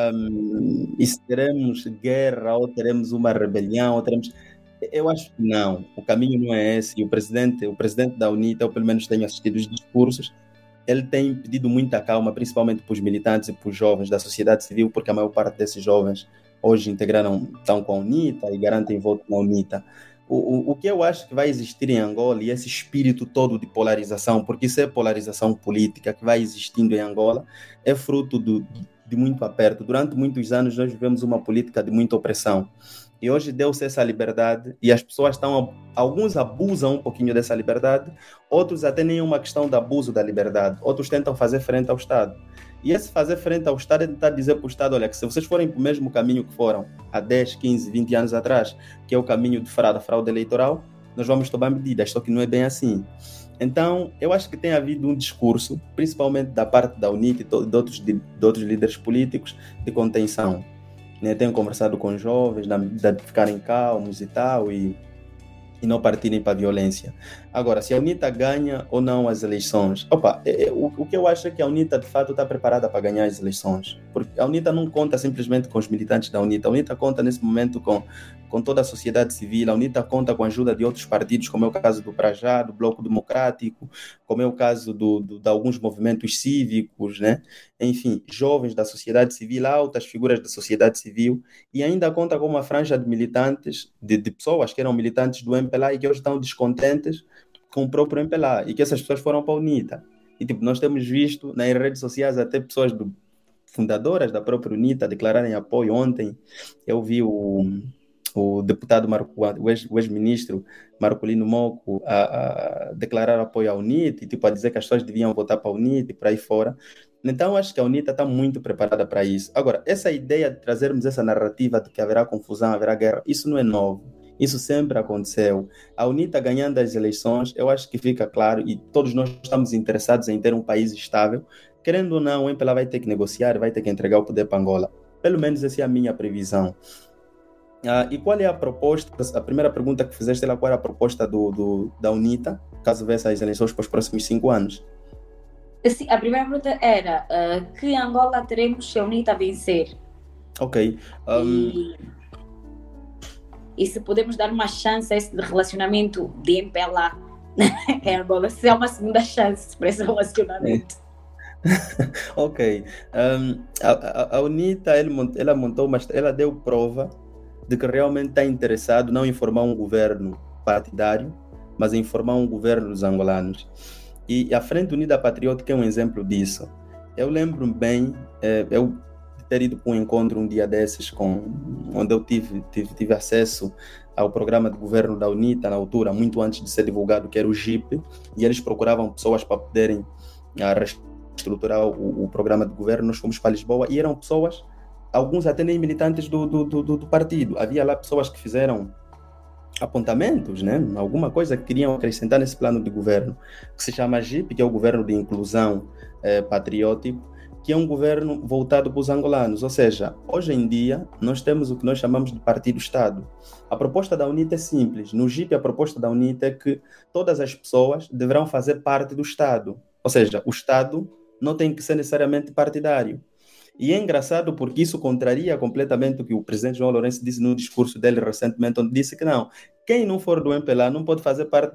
e se teremos guerra, ou teremos uma rebelião, ou teremos... Eu acho que não. O caminho não é esse. E o presidente da UNITA, eu pelo menos tenho assistido os discursos, ele tem pedido muita calma, principalmente para os militantes e para os jovens da sociedade civil, porque a maior parte desses jovens hoje estão com a UNITA e garantem voto na UNITA. O que eu acho que vai existir em Angola, e esse espírito todo de polarização, porque isso é polarização política que vai existindo em Angola, é fruto de muito aperto. Durante muitos anos nós vivemos uma política de muita opressão. E hoje deu-se essa liberdade e as pessoas alguns abusam um pouquinho dessa liberdade, outros até nem é uma questão de abuso da liberdade, outros tentam fazer frente ao Estado. E esse fazer frente ao Estado é tentar dizer para o Estado, olha, que se vocês forem para o mesmo caminho que foram há 10, 15, 20 anos atrás, que é o caminho da fraude eleitoral, nós vamos tomar medidas, só que não é bem assim. Então, eu acho que tem havido um discurso, principalmente da parte da UNITA e de outros líderes políticos, de contenção. Tenho conversado com jovens, na medida de ficarem calmos e tal, e não partirem para a violência. Agora, se a UNITA ganha ou não as eleições, o que eu acho é que a UNITA de fato está preparada para ganhar as eleições, porque a UNITA não conta simplesmente com os militantes da UNITA, a UNITA conta nesse momento com toda a sociedade civil, a UNITA conta com a ajuda de outros partidos, como é o caso do Prajá, do Bloco Democrático, como é o caso de alguns movimentos cívicos, né? Enfim, jovens da sociedade civil, altas figuras da sociedade civil, e ainda conta com uma franja de militantes, de pessoas que eram militantes do MPLA e que hoje estão descontentes com o próprio MPLA, e que essas pessoas foram para a UNITA. E nós temos visto nas redes sociais até pessoas fundadoras da própria UNITA declararem apoio. Ontem eu vi o deputado o ex-ministro Marcolino Moco a declarar apoio à UNITA e a dizer que as pessoas deviam votar para a UNITA e por aí fora. Então acho que a UNITA está muito preparada para isso. Agora, essa ideia de trazermos essa narrativa de que haverá confusão, haverá guerra, isso não é novo. Isso sempre aconteceu. A UNITA ganhando as eleições, eu acho que fica claro, e todos nós estamos interessados em ter um país estável. Querendo ou não, o MPLA vai ter que negociar, vai ter que entregar o poder para Angola. Pelo menos essa é a minha previsão. E qual é a proposta? A primeira pergunta que fizeste, qual é a proposta da UNITA, caso vença as eleições para os próximos 5 anos? Assim, a primeira pergunta era que Angola teremos se a UNITA vencer? Ok. E se podemos dar uma chance a esse relacionamento de MPLA em Angola, se é uma segunda chance para esse relacionamento. Ok. A UNITA, ela montou ela deu prova de que realmente está interessado não em formar um governo partidário, mas em formar um governo dos angolanos. E a Frente Unida Patriótica é um exemplo disso. Eu lembro bem, eu ter ido para um encontro um dia desses, onde eu tive acesso ao programa de governo da UNITA, na altura, muito antes de ser divulgado, que era o JIP, e eles procuravam pessoas para poderem reestruturar o programa de governo. Nós fomos para Lisboa e eram pessoas, alguns até nem militantes do partido. Havia lá pessoas que fizeram apontamentos, né? Alguma coisa que queriam acrescentar nesse plano de governo, que se chama JIP, que é o Governo de Inclusão Patriótico, que é um governo voltado para os angolanos. Ou seja, hoje em dia, nós temos o que nós chamamos de partido-Estado. A proposta da UNITA é simples. No JIP, a proposta da UNITA é que todas as pessoas deverão fazer parte do Estado. Ou seja, o Estado não tem que ser necessariamente partidário. E é engraçado porque isso contraria completamente o que o presidente João Lourenço disse no discurso dele recentemente, onde disse que não, quem não for do MPLA não pode fazer parte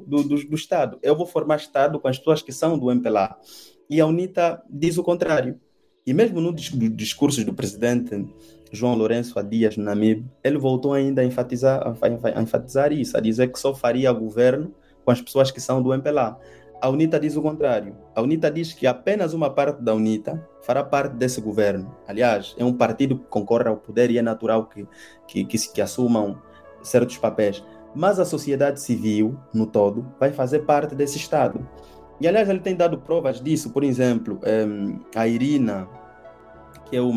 do Estado. Eu vou formar Estado com as pessoas que são do MPLA. E a UNITA diz o contrário. E mesmo no discurso do presidente João Lourenço há dias no Namibe, ele voltou ainda a enfatizar isso, a dizer que só faria governo com as pessoas que são do MPLA. A UNITA diz o contrário. A UNITA diz que apenas uma parte da UNITA fará parte desse governo. Aliás, é um partido que concorre ao poder e é natural que assumam certos papéis. Mas a sociedade civil, no todo, vai fazer parte desse Estado. E, aliás, ele tem dado provas disso. Por exemplo, a Irina, que é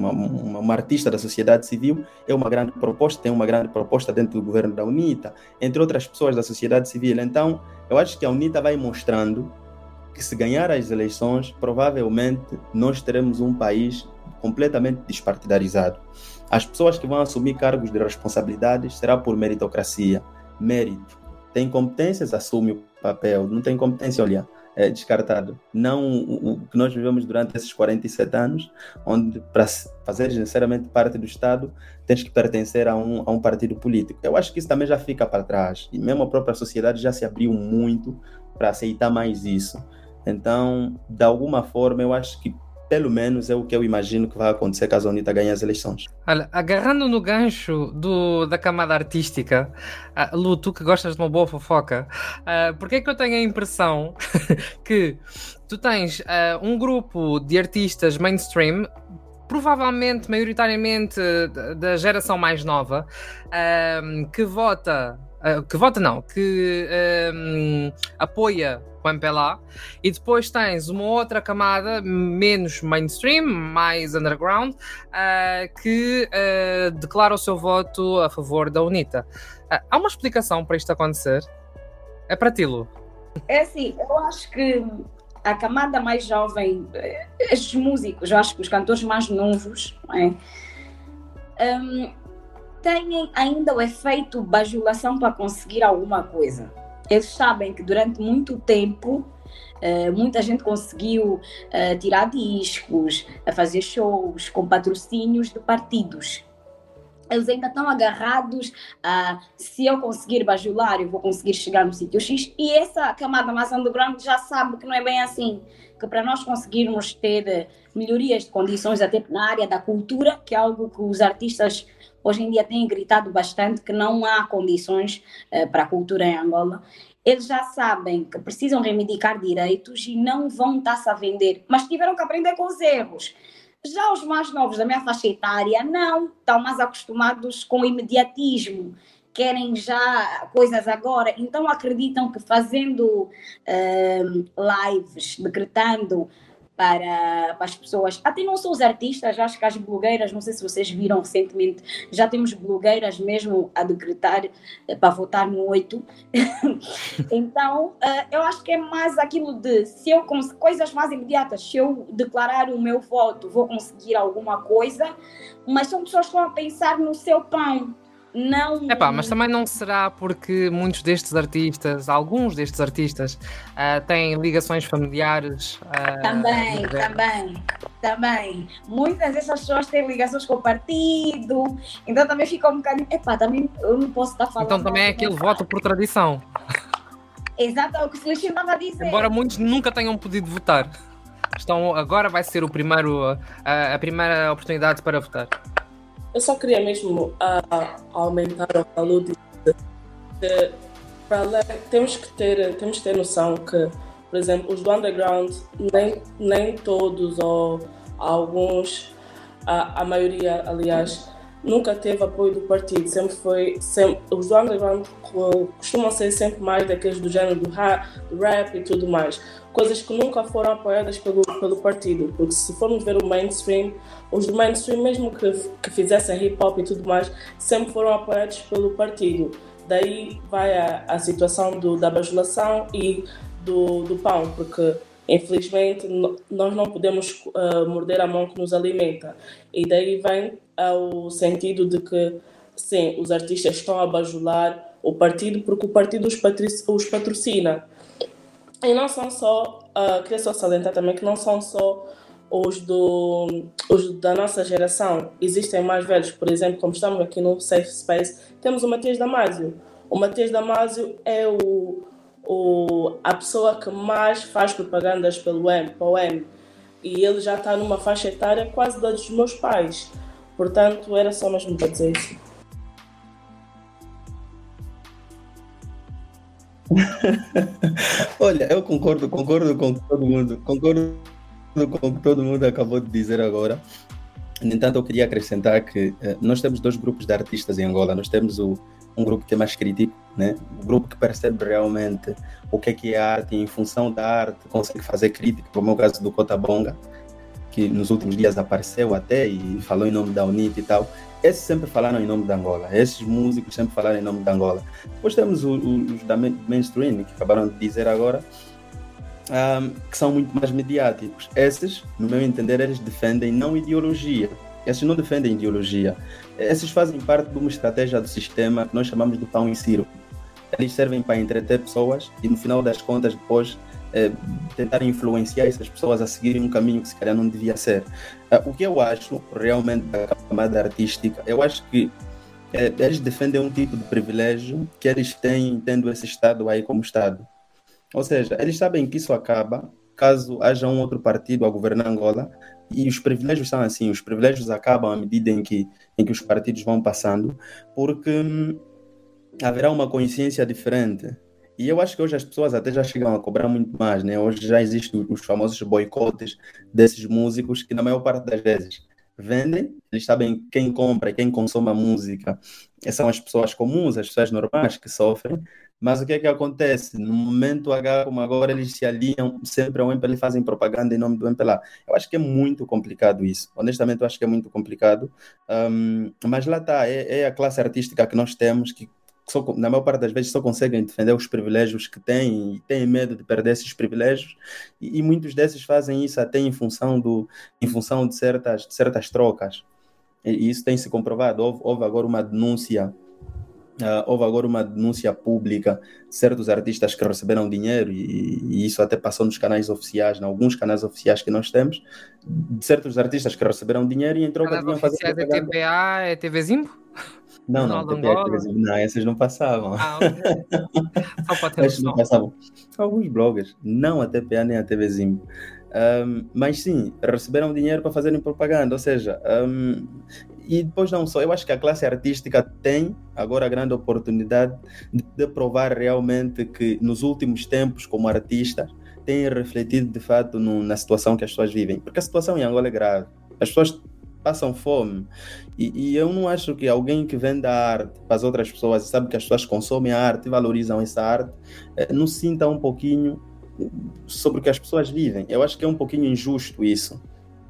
uma artista da sociedade civil, tem uma grande proposta dentro do governo da UNITA, entre outras pessoas da sociedade civil. Então, eu acho que a UNITA vai mostrando que, se ganhar as eleições, provavelmente nós teremos um país completamente despartidarizado. As pessoas que vão assumir cargos de responsabilidade será por meritocracia, mérito. Tem competências, assume o papel. Não tem competência, olha, é descartado. Não o que nós vivemos durante esses 47 anos, onde para fazer necessariamente parte do Estado, tens que pertencer a um partido político. Eu acho que isso também já fica para trás. E mesmo a própria sociedade já se abriu muito para aceitar mais isso. Então, de alguma forma, eu acho que pelo menos é o que eu imagino que vai acontecer caso a UNITA ganhe as eleições. Olha, agarrando no gancho da camada artística, Lu, tu que gostas de uma boa fofoca, porque é que eu tenho a impressão que tu tens um grupo de artistas mainstream, provavelmente, maioritariamente da geração mais nova, que apoia o MPLA, e depois tens uma outra camada menos mainstream, mais underground, que declara o seu voto a favor da UNITA. Há uma explicação para isto acontecer? É para ti, Lu. É assim, eu acho que a camada mais jovem, estes músicos, eu acho que os cantores mais novos, têm ainda o efeito bajulação para conseguir alguma coisa. Eles sabem que durante muito tempo muita gente conseguiu tirar discos, fazer shows com patrocínios de partidos. Eles ainda estão agarrados a, se eu conseguir bajular, eu vou conseguir chegar no sítio X. E essa camada mais underground já sabe que não é bem assim. Que para nós conseguirmos ter melhorias de condições até na área da cultura, que é algo que os artistas hoje em dia têm gritado bastante, que não há condições para a cultura em Angola. Eles já sabem que precisam reivindicar direitos e não vão estar-se a vender, mas tiveram que aprender com os erros. Já os mais novos da minha faixa etária não, estão mais acostumados com o imediatismo, querem já coisas agora, então acreditam que fazendo lives, decretando para as pessoas, até não só os artistas, acho que as blogueiras, não sei se vocês viram recentemente, já temos blogueiras mesmo a decretar para votar no 8. Então, eu acho que é mais aquilo de, se eu coisas mais imediatas, se eu declarar o meu voto, vou conseguir alguma coisa, mas são pessoas que estão a pensar no seu pão. não... Mas também não será porque alguns destes artistas têm ligações familiares? Também. Muitas dessas pessoas têm ligações com o partido, então também fica um bocadinho... também eu não posso estar falando... Então também é aquele voto por tradição. Exato, é o que o Celestino estava a dizer. Embora muitos nunca tenham podido votar. Agora vai ser a primeira oportunidade para votar. Eu só queria mesmo aumentar o valor disso. Temos que ter noção que, por exemplo, os do underground, nem todos ou alguns, a maioria, aliás, nunca teve apoio do partido. Os do underground costumam ser sempre mais daqueles do género do rap e tudo mais. Coisas que nunca foram apoiadas pelo partido. Porque se formos ver o mainstream, os do mainstream, mesmo que fizessem hip hop e tudo mais, sempre foram apoiados pelo partido. Daí vai a situação da bajulação e do pão, porque infelizmente nós não podemos morder a mão que nos alimenta. E daí vem o sentido de que, sim, os artistas estão a bajular o partido porque o partido os patrocina. E não são só, queria só salientar também que não são só os da nossa geração. Existem mais velhos, por exemplo, como estamos aqui no Safe Space, temos o Matias Damasio. O Matias Damasio é a pessoa que mais faz propagandas pelo M. E ele já está numa faixa etária quase da dos meus pais. Portanto, era só mesmo para dizer isso. Olha, eu concordo com todo mundo. Concordo com o que todo mundo acabou de dizer agora. No entanto, eu queria acrescentar que nós temos dois grupos de artistas em Angola. Nós temos um grupo que é mais crítico, né? O grupo que percebe realmente o que é arte e, em função da arte, consegue fazer crítica, como é o caso do Cota Bonga, que nos últimos dias apareceu até e falou em nome da UNIT e tal. Esses sempre falaram em nome de Angola. Esses músicos sempre falaram em nome de Angola. Depois temos os da mainstream, que acabaram de dizer agora, que são muito mais mediáticos. Esses, no meu entender, eles defendem não ideologia. Esses não defendem ideologia. Esses fazem parte de uma estratégia do sistema que nós chamamos de pão e circo. Eles servem para entreter pessoas e, no final das contas, depois tentar influenciar essas pessoas a seguirem um caminho que se calhar não devia ser. O que eu acho realmente da camada artística, eu acho que eles defendem um tipo de privilégio que eles têm tendo esse Estado aí como Estado. Ou seja, eles sabem que isso acaba caso haja um outro partido a governar Angola, e os privilégios são assim, os privilégios acabam à medida em que os partidos vão passando, porque haverá uma consciência diferente. E eu acho que hoje as pessoas até já chegam a cobrar muito mais, né? Hoje já existem os famosos boicotes desses músicos que, na maior parte das vezes, vendem. Eles sabem quem compra e quem consome a música. São as pessoas comuns, as pessoas normais que sofrem. Mas o que é que acontece? No momento H, como agora, eles se aliam sempre ao MPLA e fazem propaganda em nome do MPLA. Eu acho que é muito complicado isso. Honestamente, eu acho que é muito complicado. Mas lá está, é a classe artística que nós temos que na maior parte das vezes só conseguem defender os privilégios que têm e têm medo de perder esses privilégios, e muitos desses fazem isso até em função de certas trocas, e isso tem se comprovado. Houve agora uma denúncia pública de certos artistas que receberam dinheiro, e isso até passou nos canais oficiais, em alguns canais oficiais que nós temos, de certos artistas que receberam dinheiro e em troca deviam fazer propaganda. É TPA, é TV Zimbo? Não, não, essas não passavam. Okay. Só para ter essas não passavam. Alguns bloggers, não a TPA nem a TV Zimbo. Mas sim, receberam dinheiro para fazerem propaganda, ou seja, e depois não só, eu acho que a classe artística tem agora a grande oportunidade de provar realmente que nos últimos tempos, como artistas, têm refletido de fato na situação que as pessoas vivem, porque a situação em Angola é grave, as pessoas passam fome, e eu não acho que alguém que vende a arte para as outras pessoas e sabe que as pessoas consomem a arte e valorizam essa arte, não sinta um pouquinho sobre o que as pessoas vivem. Eu acho que é um pouquinho injusto isso.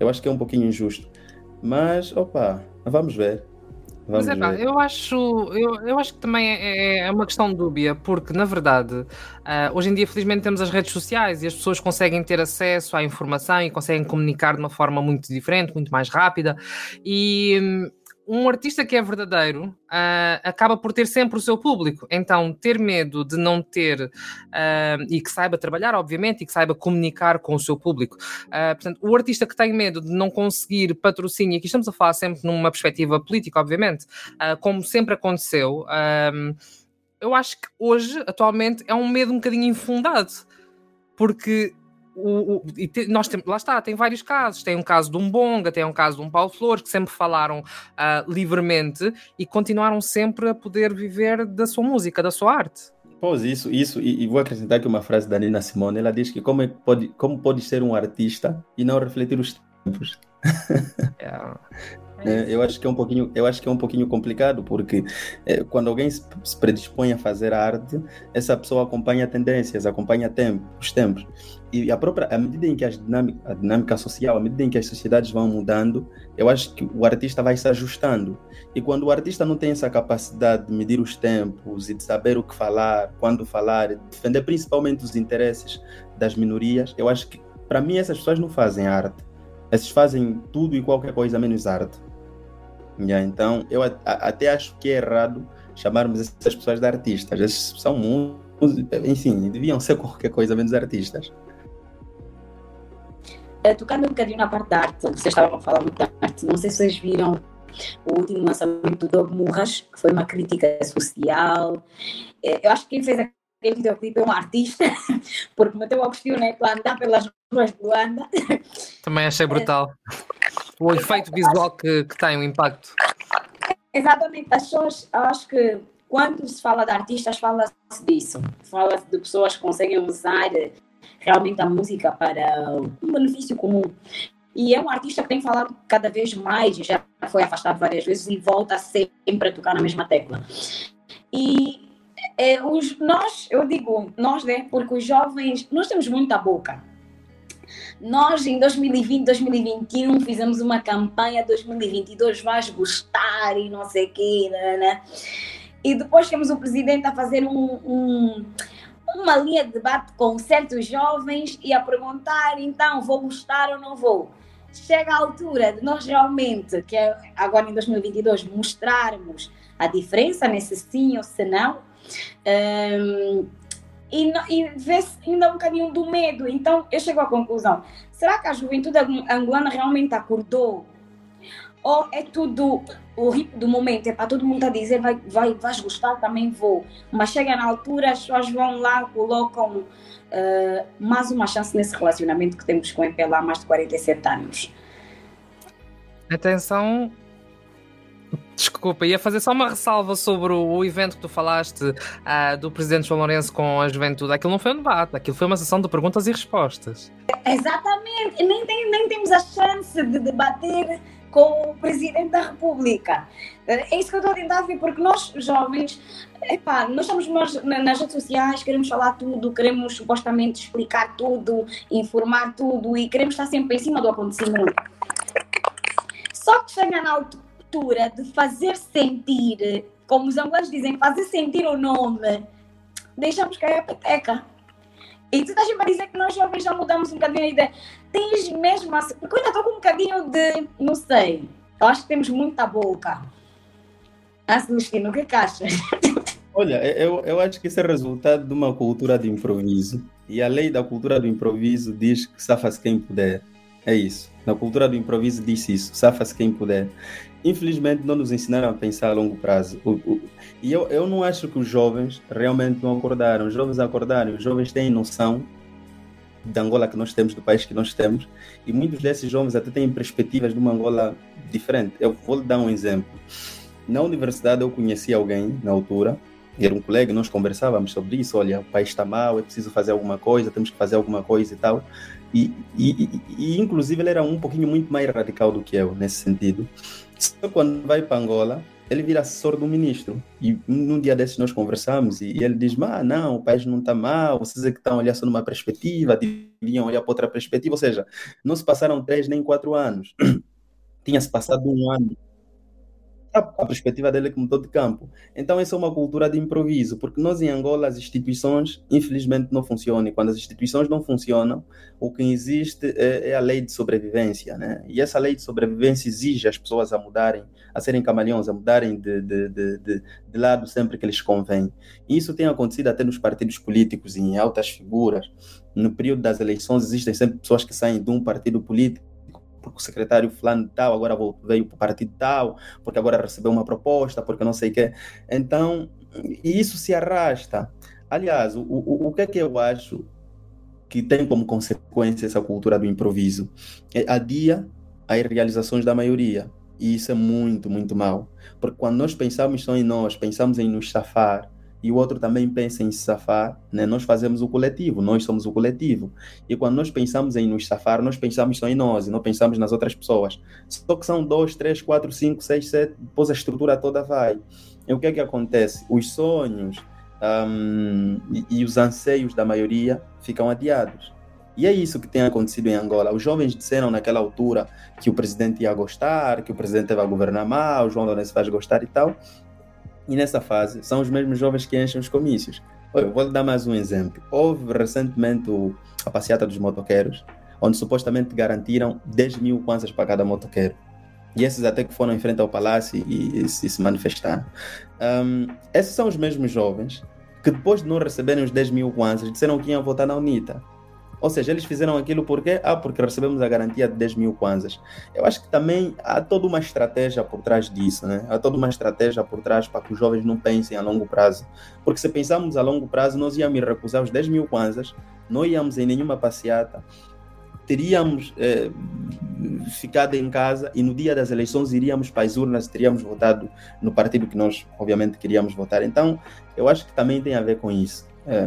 Mas, vamos ver. Mas eu acho que também é uma questão dúbia, porque na verdade hoje em dia felizmente temos as redes sociais e as pessoas conseguem ter acesso à informação e conseguem comunicar de uma forma muito diferente, muito mais rápida, e um artista que é verdadeiro acaba por ter sempre o seu público. Então, ter medo de não ter e que saiba trabalhar, obviamente, e que saiba comunicar com o seu público. Portanto, o artista que tem medo de não conseguir patrocínio, aqui estamos a falar sempre numa perspectiva política, obviamente, como sempre aconteceu, eu acho que hoje, atualmente, é um medo um bocadinho infundado, porque nós temos, lá está, tem vários casos. Tem um caso de um Bonga, tem um caso de um Paulo Flores, que sempre falaram livremente e continuaram sempre a poder viver da sua música, da sua arte. Pois, isso, e vou acrescentar aqui uma frase da Nina Simone. Ela diz que como pode ser um artista e não refletir os tempos. Eu acho que é um pouquinho complicado, porque quando alguém se predispõe a fazer arte, essa pessoa acompanha tendências, acompanha os tempos. E à medida em que a dinâmica social, à medida em que as sociedades vão mudando, eu acho que o artista vai se ajustando. E quando o artista não tem essa capacidade de medir os tempos e de saber o que falar, quando falar, de defender principalmente os interesses das minorias, eu acho que, para mim, essas pessoas não fazem arte. Essas fazem tudo e qualquer coisa menos arte. Então, eu até acho que é errado chamarmos essas pessoas de artistas. Eles são enfim, deviam ser qualquer coisa menos artistas. Tocando um bocadinho na parte da arte, vocês estavam a falar muito da arte, não sei se vocês viram o último lançamento do Dog Murras, que foi uma crítica social. Eu acho que quem fez aquele videoclipe é um artista, porque meteu o Agostinho Neto a andar pelas ruas de Luanda. Também achei brutal. O efeito visual que tem, o impacto. Exatamente, as pessoas, acho que quando se fala de artistas, fala-se disso. Fala-se de pessoas que conseguem usar realmente a música para um benefício comum. E é um artista que tem falado cada vez mais, já foi afastado várias vezes e volta sempre a tocar na mesma tecla. E eu digo nós, né, porque os jovens, nós temos muita boca. Nós, em 2020, 2021, fizemos uma campanha 2022, vais gostar e não sei o quê, né? E depois temos o presidente a fazer uma linha de debate com certos jovens e a perguntar, então, vou gostar ou não vou? Chega a altura de nós realmente, que é agora em 2022, mostrarmos a diferença nesse sim ou se não, e vê-se ainda um bocadinho do medo. Então, eu chego à conclusão, será que a juventude angolana realmente acordou? Ou é tudo o ritmo do momento? É para todo mundo a dizer, vais gostar, também vou. Mas chega na altura, as pessoas vão lá, colocam mais uma chance nesse relacionamento que temos com o MPLA há mais de 47 anos. Atenção... Desculpa, ia fazer só uma ressalva sobre o evento que tu falaste do presidente João Lourenço com a juventude. Aquilo não foi um debate, aquilo foi uma sessão de perguntas e respostas. Exatamente, nem temos a chance de debater com o presidente da República. É isso que eu estou a tentar ver, porque nós, jovens, nós estamos nas redes sociais, queremos falar tudo, queremos supostamente explicar tudo, informar tudo e queremos estar sempre em cima do acontecimento. Só que chega na altura de fazer sentir, como os angolanos dizem, fazer sentir o nome, deixamos cair a peteca. E tu estás a dizer que nós jovens já mudamos um bocadinho a ideia. Tens mesmo assim, porque eu ainda estou com um bocadinho de, não sei, eu acho que temos muita boca. Celestino, o que achas? Olha, eu acho que isso é resultado de uma cultura de improviso. E a lei da cultura do improviso diz que safa-se quem puder. É isso. Na cultura do improviso diz isso, safa-se quem puder. Infelizmente não nos ensinaram a pensar a longo prazo. E eu não acho que os jovens realmente não acordaram. Os jovens acordaram, os jovens têm noção da Angola que nós temos, do país que nós temos, e muitos desses jovens até têm perspectivas de uma Angola diferente. Eu vou lhe dar um exemplo. Na universidade eu conheci alguém, na altura, era um colega, nós conversávamos sobre isso. Olha, o país está mal, é preciso fazer alguma coisa, temos que fazer alguma coisa e tal. E inclusive ele era um pouquinho muito mais radical do que eu, nesse sentido. Só quando vai para Angola, ele vira assessor do ministro. E num dia desses nós conversamos e ele diz, não, o país não está mal, vocês é que estão a olhar só numa perspectiva, deviam olhar para outra perspectiva. Ou seja, não se passaram 3 nem 4 anos. Tinha-se passado 1 ano. a perspectiva dele como todo de campo. Então essa é uma cultura de improviso, porque nós em Angola as instituições infelizmente não funcionam, e quando as instituições não funcionam, o que existe é a lei de sobrevivência, né? E essa lei de sobrevivência exige as pessoas a mudarem, a serem camaleões, a mudarem de lado sempre que lhes convém. E isso tem acontecido até nos partidos políticos, em altas figuras. No período das eleições existem sempre pessoas que saem de um partido político porque o secretário fulano tal agora veio para o partido tal, porque agora recebeu uma proposta, porque não sei o quê. Então, e isso se arrasta. Aliás, o que é que eu acho que tem como consequência essa cultura do improviso? Adia as realizações da maioria. E isso é muito, muito mau. Porque quando nós pensamos só em nós, pensamos em nos safar, e o outro também pensa em se safar, né? Nós fazemos o coletivo, nós somos o coletivo. E quando nós pensamos em nos safar, nós pensamos só em nós e não pensamos nas outras pessoas. Só que são 2, 3, 4, 5, 6, 7, depois a estrutura toda vai. E o que é que acontece? Os sonhos e os anseios da maioria ficam adiados. E é isso que tem acontecido em Angola. Os jovens disseram naquela altura que o presidente ia gostar, que o presidente vai governar mal, o João Lourenço vai gostar e tal. E nessa fase, são os mesmos jovens que enchem os comícios. Eu vou lhe dar mais um exemplo. Houve recentemente a passeata dos motoqueiros, onde supostamente garantiram 10 mil kwanzas para cada motoqueiro. E esses até que foram em frente ao palácio e se manifestaram. Esses são os mesmos jovens que depois de não receberem os 10 mil kwanzas, disseram que iam votar na UNITA. Ou seja, eles fizeram aquilo por quê? Porque recebemos a garantia de 10 mil kwanzas. Eu acho que também há toda uma estratégia por trás disso, né? Há toda uma estratégia por trás para que os jovens não pensem a longo prazo. Porque se pensarmos a longo prazo, nós íamos recusar os 10 mil kwanzas, não íamos em nenhuma passeata, teríamos ficado em casa e no dia das eleições iríamos para as urnas, teríamos votado no partido que nós, obviamente, queríamos votar. Então, eu acho que também tem a ver com isso.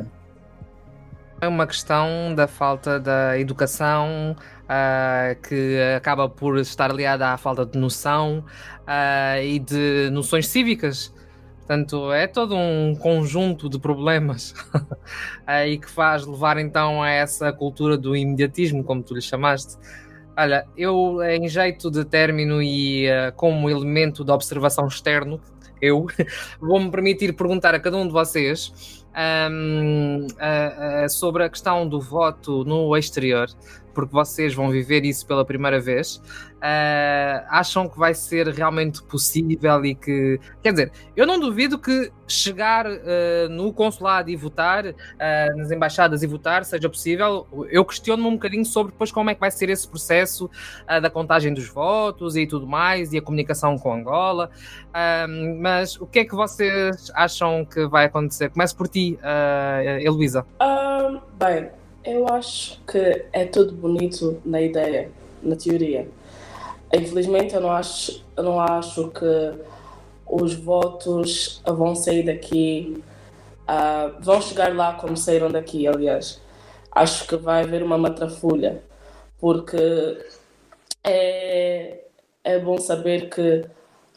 É uma questão da falta da educação, que acaba por estar aliada à falta de noção e de noções cívicas. Portanto, é todo um conjunto de problemas e que faz levar então a essa cultura do imediatismo, como tu lhe chamaste. Olha, eu em jeito de término e como elemento de observação externo, eu vou-me permitir perguntar a cada um de vocês sobre a questão do voto no exterior, porque vocês vão viver isso pela primeira vez. Acham que vai ser realmente possível e que... Quer dizer, eu não duvido que chegar no consulado e votar, nas embaixadas e votar, seja possível. Eu questiono-me um bocadinho sobre depois como é que vai ser esse processo da contagem dos votos e tudo mais, e a comunicação com Angola. Mas o que é que vocês acham que vai acontecer? Começo por ti, Heloísa. Bem, eu acho que é tudo bonito na ideia, na teoria. Infelizmente, eu não acho que os votos vão sair daqui, vão chegar lá como saíram daqui, aliás. Acho que vai haver uma matrafulha, porque é bom saber que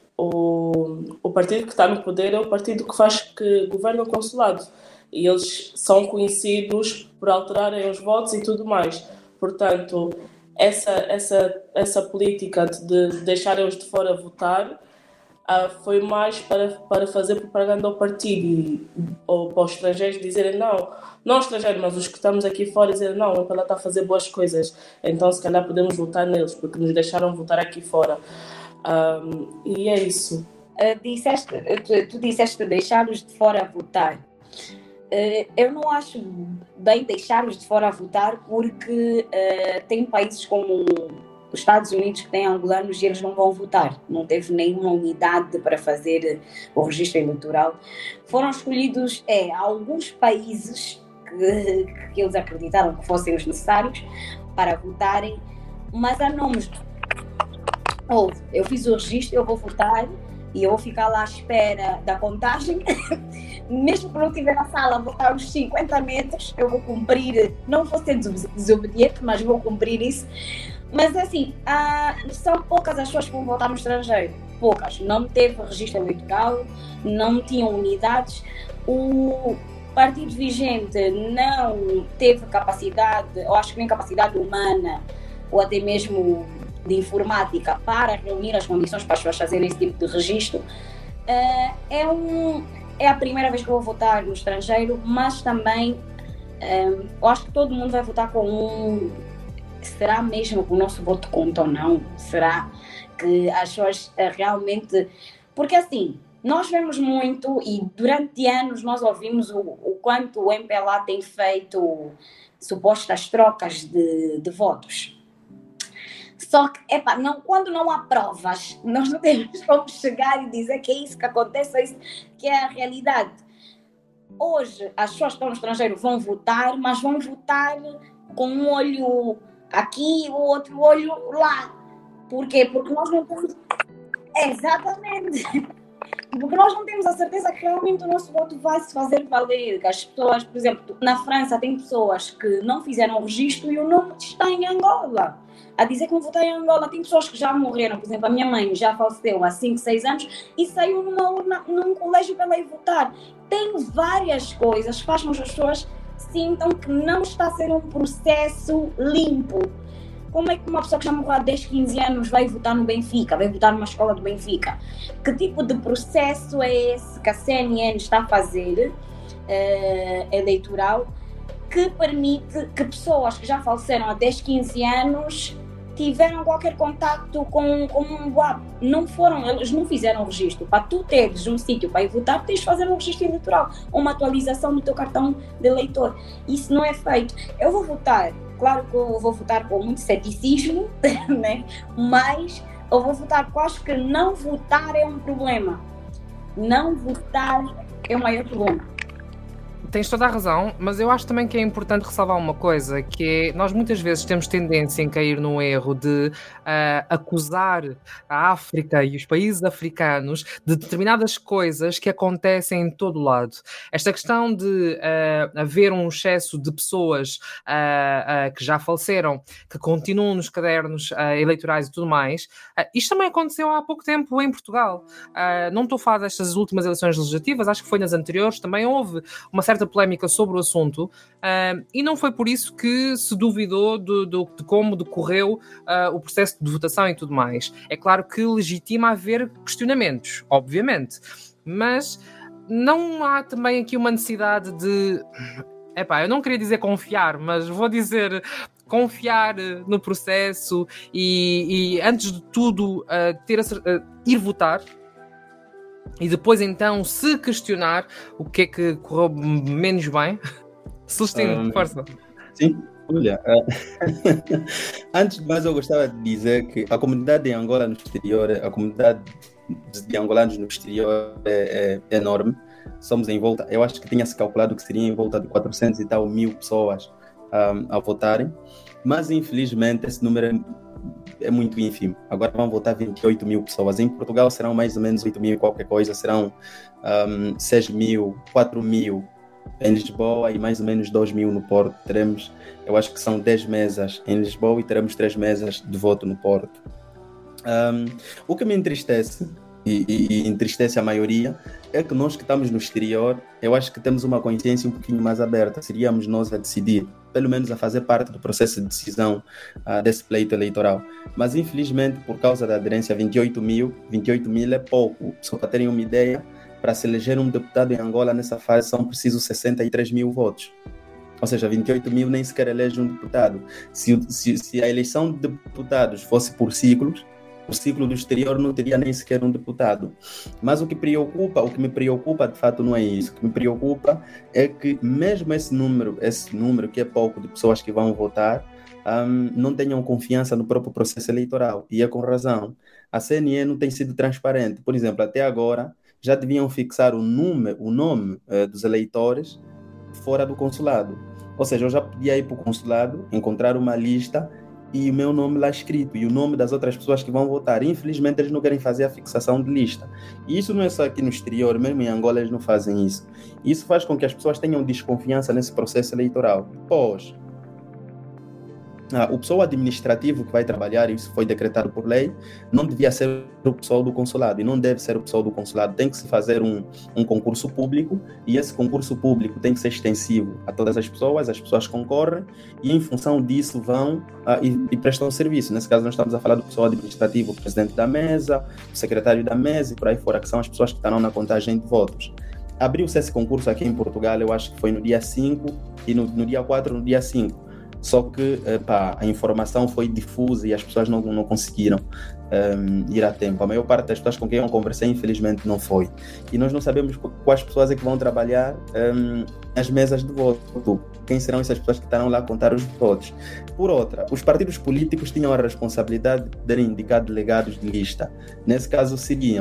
o partido que está no poder é o partido que governa o consulado. E eles são conhecidos por alterarem os votos e tudo mais. Portanto, essa política de deixarem-os de fora votar foi mais para fazer propaganda ao partido ou para os estrangeiros dizerem não estrangeiros, mas os que estamos aqui fora dizerem não, ela está a fazer boas coisas, então se calhar podemos votar neles porque nos deixaram votar aqui fora. E é isso. Tu disseste deixar-os de fora a votar. Eu não acho bem deixar-os de fora a votar porque tem países como os Estados Unidos que têm angolanos e eles não vão votar. Não teve nenhuma unidade para fazer o registro eleitoral. Foram escolhidos alguns países que eles acreditaram que fossem os necessários para votarem, mas há nomes. Eu fiz o registro, eu vou votar e eu vou ficar lá à espera da contagem. Mesmo que não estiver na sala a votar uns 50 metros, eu vou cumprir, não vou ser desobediente, mas vou cumprir isso. Mas assim, são poucas as pessoas que vão votar no estrangeiro. Poucas. Não teve registro eleitoral, não tinham unidades. O partido vigente não teve capacidade, ou acho que nem capacidade humana, ou até mesmo de informática para reunir as condições para as pessoas fazerem esse tipo de registro. É a primeira vez que eu vou votar no estrangeiro, mas também eu acho que todo mundo vai votar com será mesmo que o nosso voto conta ou não? Será que as pessoas realmente... Porque assim, nós vemos muito e durante anos nós ouvimos o quanto o MPLA tem feito supostas trocas de votos. Só que, quando não há provas, nós não temos como chegar e dizer que é isso que acontece, é isso que é a realidade. Hoje, as pessoas que estão no estrangeiro vão votar, mas vão votar com um olho aqui e o outro olho lá. Por quê? Porque nós não temos... Exatamente. Porque nós não temos a certeza que realmente o nosso voto vai se fazer valer. As pessoas, por exemplo, na França tem pessoas que não fizeram o registro e o nome está em Angola. A dizer que vão votar em Angola. Tem pessoas que já morreram. Por exemplo, a minha mãe já faleceu há 5, 6 anos e saiu numa urna, num colégio para ela ir votar. Tem várias coisas que fazem com que as pessoas sintam que não está a ser um processo limpo. Como é que uma pessoa que já morreu há 10, 15 anos vai votar no Benfica, vai votar numa escola do Benfica? Que tipo de processo é esse que a CNN está a fazer, eleitoral, que permite que pessoas que já faleceram há 10, 15 anos tiveram qualquer contacto com um boato? Eles não fizeram o registro. Para tu teres um sítio para ir votar, tens de fazer um registro eleitoral, uma atualização do teu cartão de eleitor. Isso não é feito. Eu vou votar. Claro que eu vou votar com muito ceticismo, né? Mas eu vou votar porque eu acho que não votar é um problema. Não votar é o maior problema. Tens toda a razão, mas eu acho também que é importante ressalvar uma coisa, que é, nós muitas vezes temos tendência em cair no erro de acusar a África e os países africanos de determinadas coisas que acontecem em todo o lado. Esta questão de haver um excesso de pessoas que já faleceram, que continuam nos cadernos eleitorais e tudo mais, isto também aconteceu há pouco tempo em Portugal. Não estou a falar destas últimas eleições legislativas, acho que foi nas anteriores, também houve uma certa polémica sobre o assunto, e não foi por isso que se duvidou de como decorreu o processo de votação e tudo mais. É claro que legitima haver questionamentos, obviamente, mas não há também aqui uma necessidade de... eu não queria dizer confiar, mas vou dizer confiar no processo e antes de tudo ir votar. E depois, então, se questionar o que é que correu menos bem. Celestino, força. Sim, olha, antes de mais eu gostava de dizer que a comunidade de Angola no exterior, a comunidade de angolanos no exterior é enorme. Somos em volta, eu acho que tinha-se calculado que seria em volta de 400 e tal mil pessoas a votarem, mas infelizmente esse número é muito ínfimo. Agora vão votar 28 mil pessoas. Em Portugal serão mais ou menos 8 mil e qualquer coisa, serão 6 mil, 4 mil em Lisboa e mais ou menos 2 mil no Porto. Teremos, eu acho que são 10 mesas em Lisboa e teremos 3 mesas de voto no Porto. O que me entristece e entristece a maioria é que nós que estamos no exterior, eu acho que temos uma consciência um pouquinho mais aberta. Seríamos nós a decidir, pelo menos a fazer parte do processo de decisão desse pleito eleitoral. Mas infelizmente, por causa da aderência, 28 mil é pouco. Só para terem uma ideia, para se eleger um deputado em Angola nessa fase são precisos 63 mil votos. Ou seja, 28 mil nem sequer elege um deputado. Se a eleição de deputados fosse por ciclos, o ciclo do exterior não teria nem sequer um deputado. Mas o que me preocupa de fato não é isso. O que me preocupa é que mesmo esse número que é pouco de pessoas que vão votar, não tenham confiança no próprio processo eleitoral. E é com razão. A CNN não tem sido transparente. Por exemplo, até agora já deviam fixar o nome dos eleitores fora do consulado. Ou seja, eu já podia ir para o consulado, encontrar uma lista e o meu nome lá escrito e o nome das outras pessoas que vão votar. Infelizmente eles não querem fazer a fixação de lista, e isso não é só aqui no exterior, mesmo em Angola eles não fazem isso. Isso faz com que as pessoas tenham desconfiança nesse processo eleitoral. o pessoal administrativo que vai trabalhar, isso foi decretado por lei, não devia ser o pessoal do consulado, e não deve ser o pessoal do consulado. Tem que se fazer um concurso público, e esse concurso público tem que ser extensivo a todas as pessoas concorrem, e em função disso vão e prestam serviço. Nesse caso, nós estamos a falar do pessoal administrativo, o presidente da mesa, o secretário da mesa, e por aí fora, que são as pessoas que estarão na contagem de votos. Abriu-se esse concurso aqui em Portugal, eu acho que foi no dia 5, e no dia 4, no dia 5. Só que a informação foi difusa e as pessoas não conseguiram ir a tempo. A maior parte das pessoas com quem eu conversei, infelizmente, não foi. E nós não sabemos quais pessoas é que vão trabalhar nas mesas de voto. Quem serão essas pessoas que estarão lá a contar os votos? Por outra, os partidos políticos tinham a responsabilidade de poderem indicar delegados de lista. Nesse caso, seriam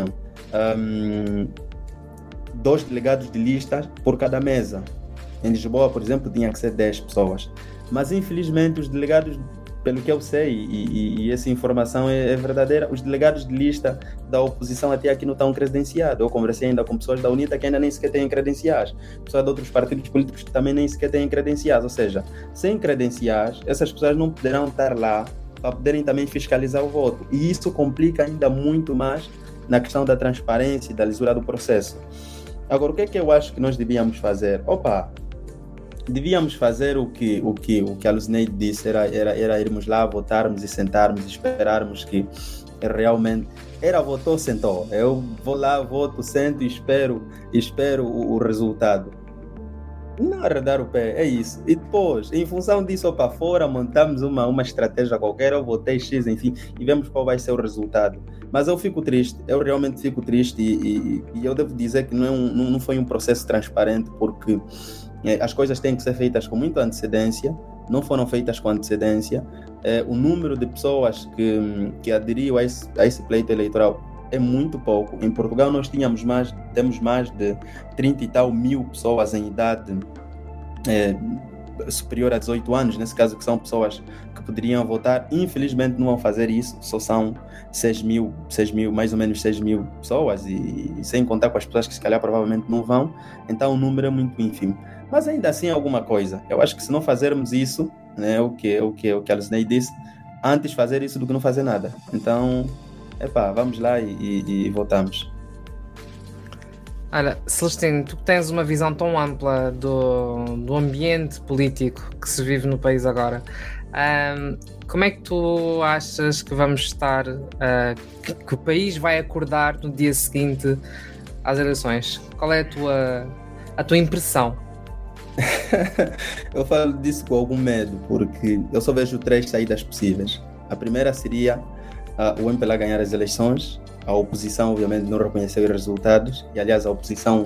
2 delegados de lista por cada mesa. Em Lisboa, por exemplo, tinha que ser 10 pessoas. Mas, infelizmente, os delegados, pelo que eu sei, e essa informação é verdadeira, os delegados de lista da oposição até aqui não estão credenciados. Eu conversei ainda com pessoas da UNITA que ainda nem sequer têm credenciais. Pessoas de outros partidos políticos que também nem sequer têm credenciais. Ou seja, sem credenciais, essas pessoas não poderão estar lá para poderem também fiscalizar o voto. E isso complica ainda muito mais na questão da transparência e da lisura do processo. Agora, o que é que eu acho que nós devíamos fazer? Devíamos fazer o que a Lucineide disse, era irmos lá, votarmos e sentarmos e esperarmos que realmente... votou, sentou. Eu vou lá, voto, sento e espero o resultado. Não arredar o pé, é isso. E depois, em função disso, para fora, montamos uma estratégia qualquer, eu votei X, enfim, e vemos qual vai ser o resultado. Mas eu fico triste, eu realmente fico triste e eu devo dizer que não foi um processo transparente, porque as coisas têm que ser feitas com muita antecedência, não foram feitas com antecedência. O número de pessoas que aderiu a esse pleito eleitoral é muito pouco. Em Portugal nós temos mais de 30 e tal mil pessoas em idade superior a 18 anos, nesse caso, que são pessoas que poderiam votar. Infelizmente não vão fazer isso, só são 6 mil, mais ou menos 6 mil pessoas, e sem contar com as pessoas que se calhar provavelmente não vão, então o número é muito ínfimo. Mas ainda assim é alguma coisa. Eu acho que se não fazermos isso, né, o que a Lucineide disse, antes fazer isso do que não fazer nada. Então, vamos lá e votamos. Olha, Celestino, tu tens uma visão tão ampla do ambiente político que se vive no país agora. Como é que tu achas que vamos estar, que o país vai acordar no dia seguinte às eleições? Qual é a tua impressão? Eu falo disso com algum medo, porque eu só vejo 3 saídas possíveis. A primeira seria o MPLA ganhar as eleições, a oposição obviamente não reconhecer os resultados, e aliás a oposição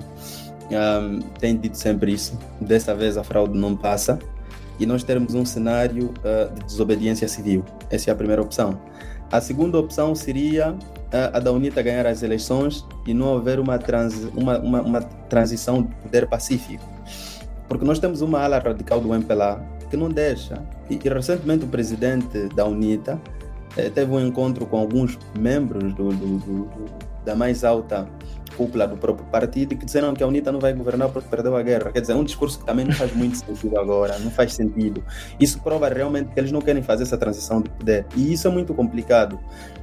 tem dito sempre isso. Dessa vez a fraude não passa, e nós termos um cenário de desobediência civil. Essa é a primeira opção. A segunda opção seria a da UNITA ganhar as eleições e não haver uma transição de poder pacífico. Porque nós temos uma ala radical do MPLA que não deixa. E recentemente o presidente da UNITA teve um encontro com alguns membros da mais alta cúpula do próprio partido, que disseram que a UNITA não vai governar porque perdeu a guerra. Quer dizer, é um discurso que também não faz muito sentido agora, não faz sentido. Isso prova realmente que eles não querem fazer essa transição de poder. E isso é muito complicado.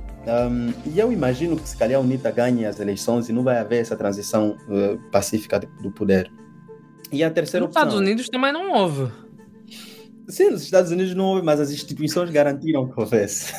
E eu imagino que se calhar a UNITA ganhe as eleições e não vai haver essa transição pacífica do poder. E a terceira opção... Nos Estados Unidos também não houve. Sim, nos Estados Unidos não houve, mas as instituições garantiram que houvesse.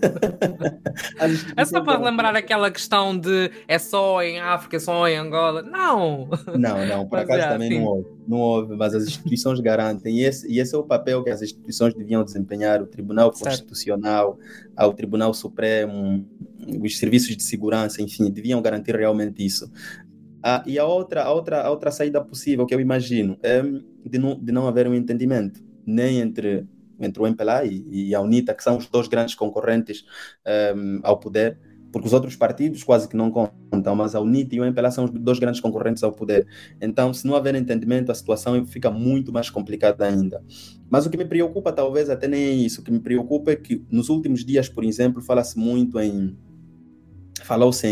É só para relembrar aquela questão de é só em África, só em Angola. Não, por acaso também não houve, mas as instituições garantem, e esse é o papel que as instituições deviam desempenhar, o Tribunal Constitucional, o Tribunal Supremo, os serviços de segurança, enfim, deviam garantir realmente isso. E a outra saída possível que eu imagino é de não haver um entendimento, nem entre o MPLA e a UNITA, que são os 2 grandes concorrentes ao poder, porque os outros partidos quase que não contam, mas a UNITA e o MPLA são os 2 grandes concorrentes ao poder. Então, se não houver entendimento, a situação fica muito mais complicada ainda. Mas o que me preocupa, talvez até nem é isso. O que me preocupa é que nos últimos dias, por exemplo, fala-se muito em falou-se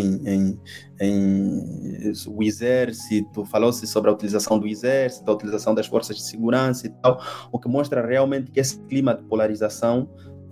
o exército, falou-se sobre a utilização do exército, a utilização das forças de segurança e tal, o que mostra realmente que esse clima de polarização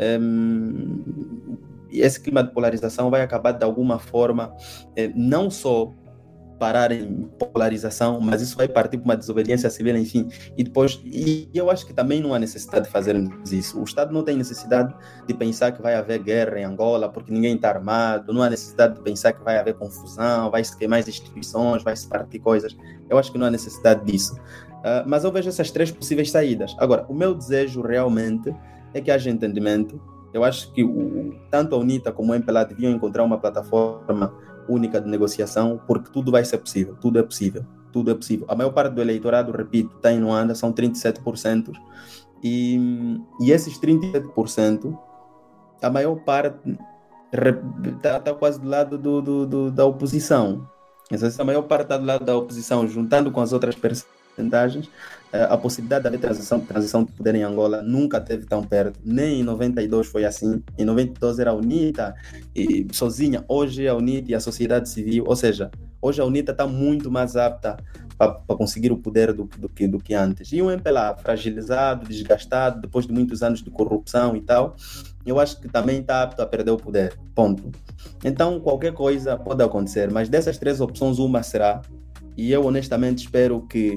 vai acabar de alguma forma, não só parar em polarização, mas isso vai partir para uma desobediência civil, enfim, e eu acho que também não há necessidade de fazermos isso. O Estado não tem necessidade de pensar que vai haver guerra em Angola porque ninguém está armado, não há necessidade de pensar que vai haver confusão, vai se queimar as instituições, vai se partir coisas. Eu acho que não há necessidade disso. Mas eu vejo essas 3 possíveis saídas. Agora, o meu desejo realmente é que haja entendimento. Eu acho que tanto a UNITA como o MPLA deviam encontrar uma plataforma única de negociação, porque tudo vai ser possível, tudo é possível. A maior parte do eleitorado, repito, está em Luanda, são 37%, e esses 37%, a maior parte está quase do lado da oposição. A maior parte está do lado da oposição, juntando com as outras percentagens, a possibilidade de haver transição de poder em Angola nunca esteve tão perto, nem em 92 foi assim. Em 92 era a UNITA e sozinha. Hoje a UNITA e a sociedade civil, ou seja, hoje a UNITA está muito mais apta para conseguir o poder do que antes. E o MPLA, fragilizado, desgastado, depois de muitos anos de corrupção e tal, eu acho que também está apto a perder o poder, ponto. Então qualquer coisa pode acontecer, mas dessas 3 opções uma será, e eu honestamente espero que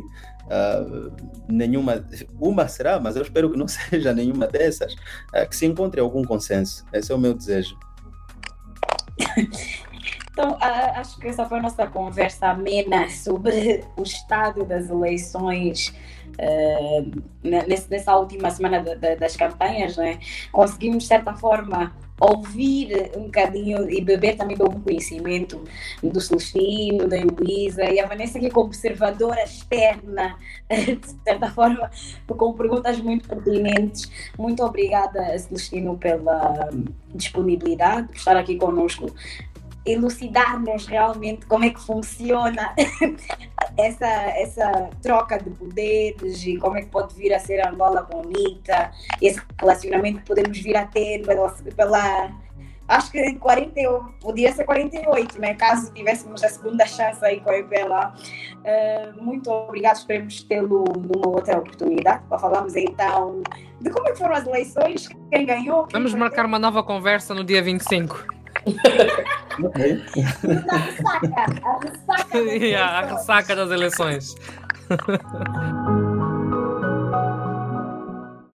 uma será, mas eu espero que não seja nenhuma dessas, que se encontre algum consenso. Esse é o meu desejo. Então, acho que essa foi a nossa conversa amena sobre o estado das eleições nessa última semana das campanhas, né? Conseguimos, de certa forma, ouvir um bocadinho e beber também de algum conhecimento do Celestino, da Heloísa e a Vanessa, que é observadora externa, de certa forma, com perguntas muito pertinentes. Muito obrigada, Celestino, pela disponibilidade, por estar aqui conosco, elucidar-nos realmente como é que funciona essa troca de poderes e como é que pode vir a ser Angola bonita, esse relacionamento que podemos vir a ter pela acho que podia ser 48, né? Caso tivéssemos a segunda chance aí com a MPLA. Muito obrigado, esperemos tê-lo numa outra oportunidade para falarmos então de como é que foram as eleições, quem ganhou. Vamos marcar uma nova conversa no dia 25. A ressaca A ressaca das eleições.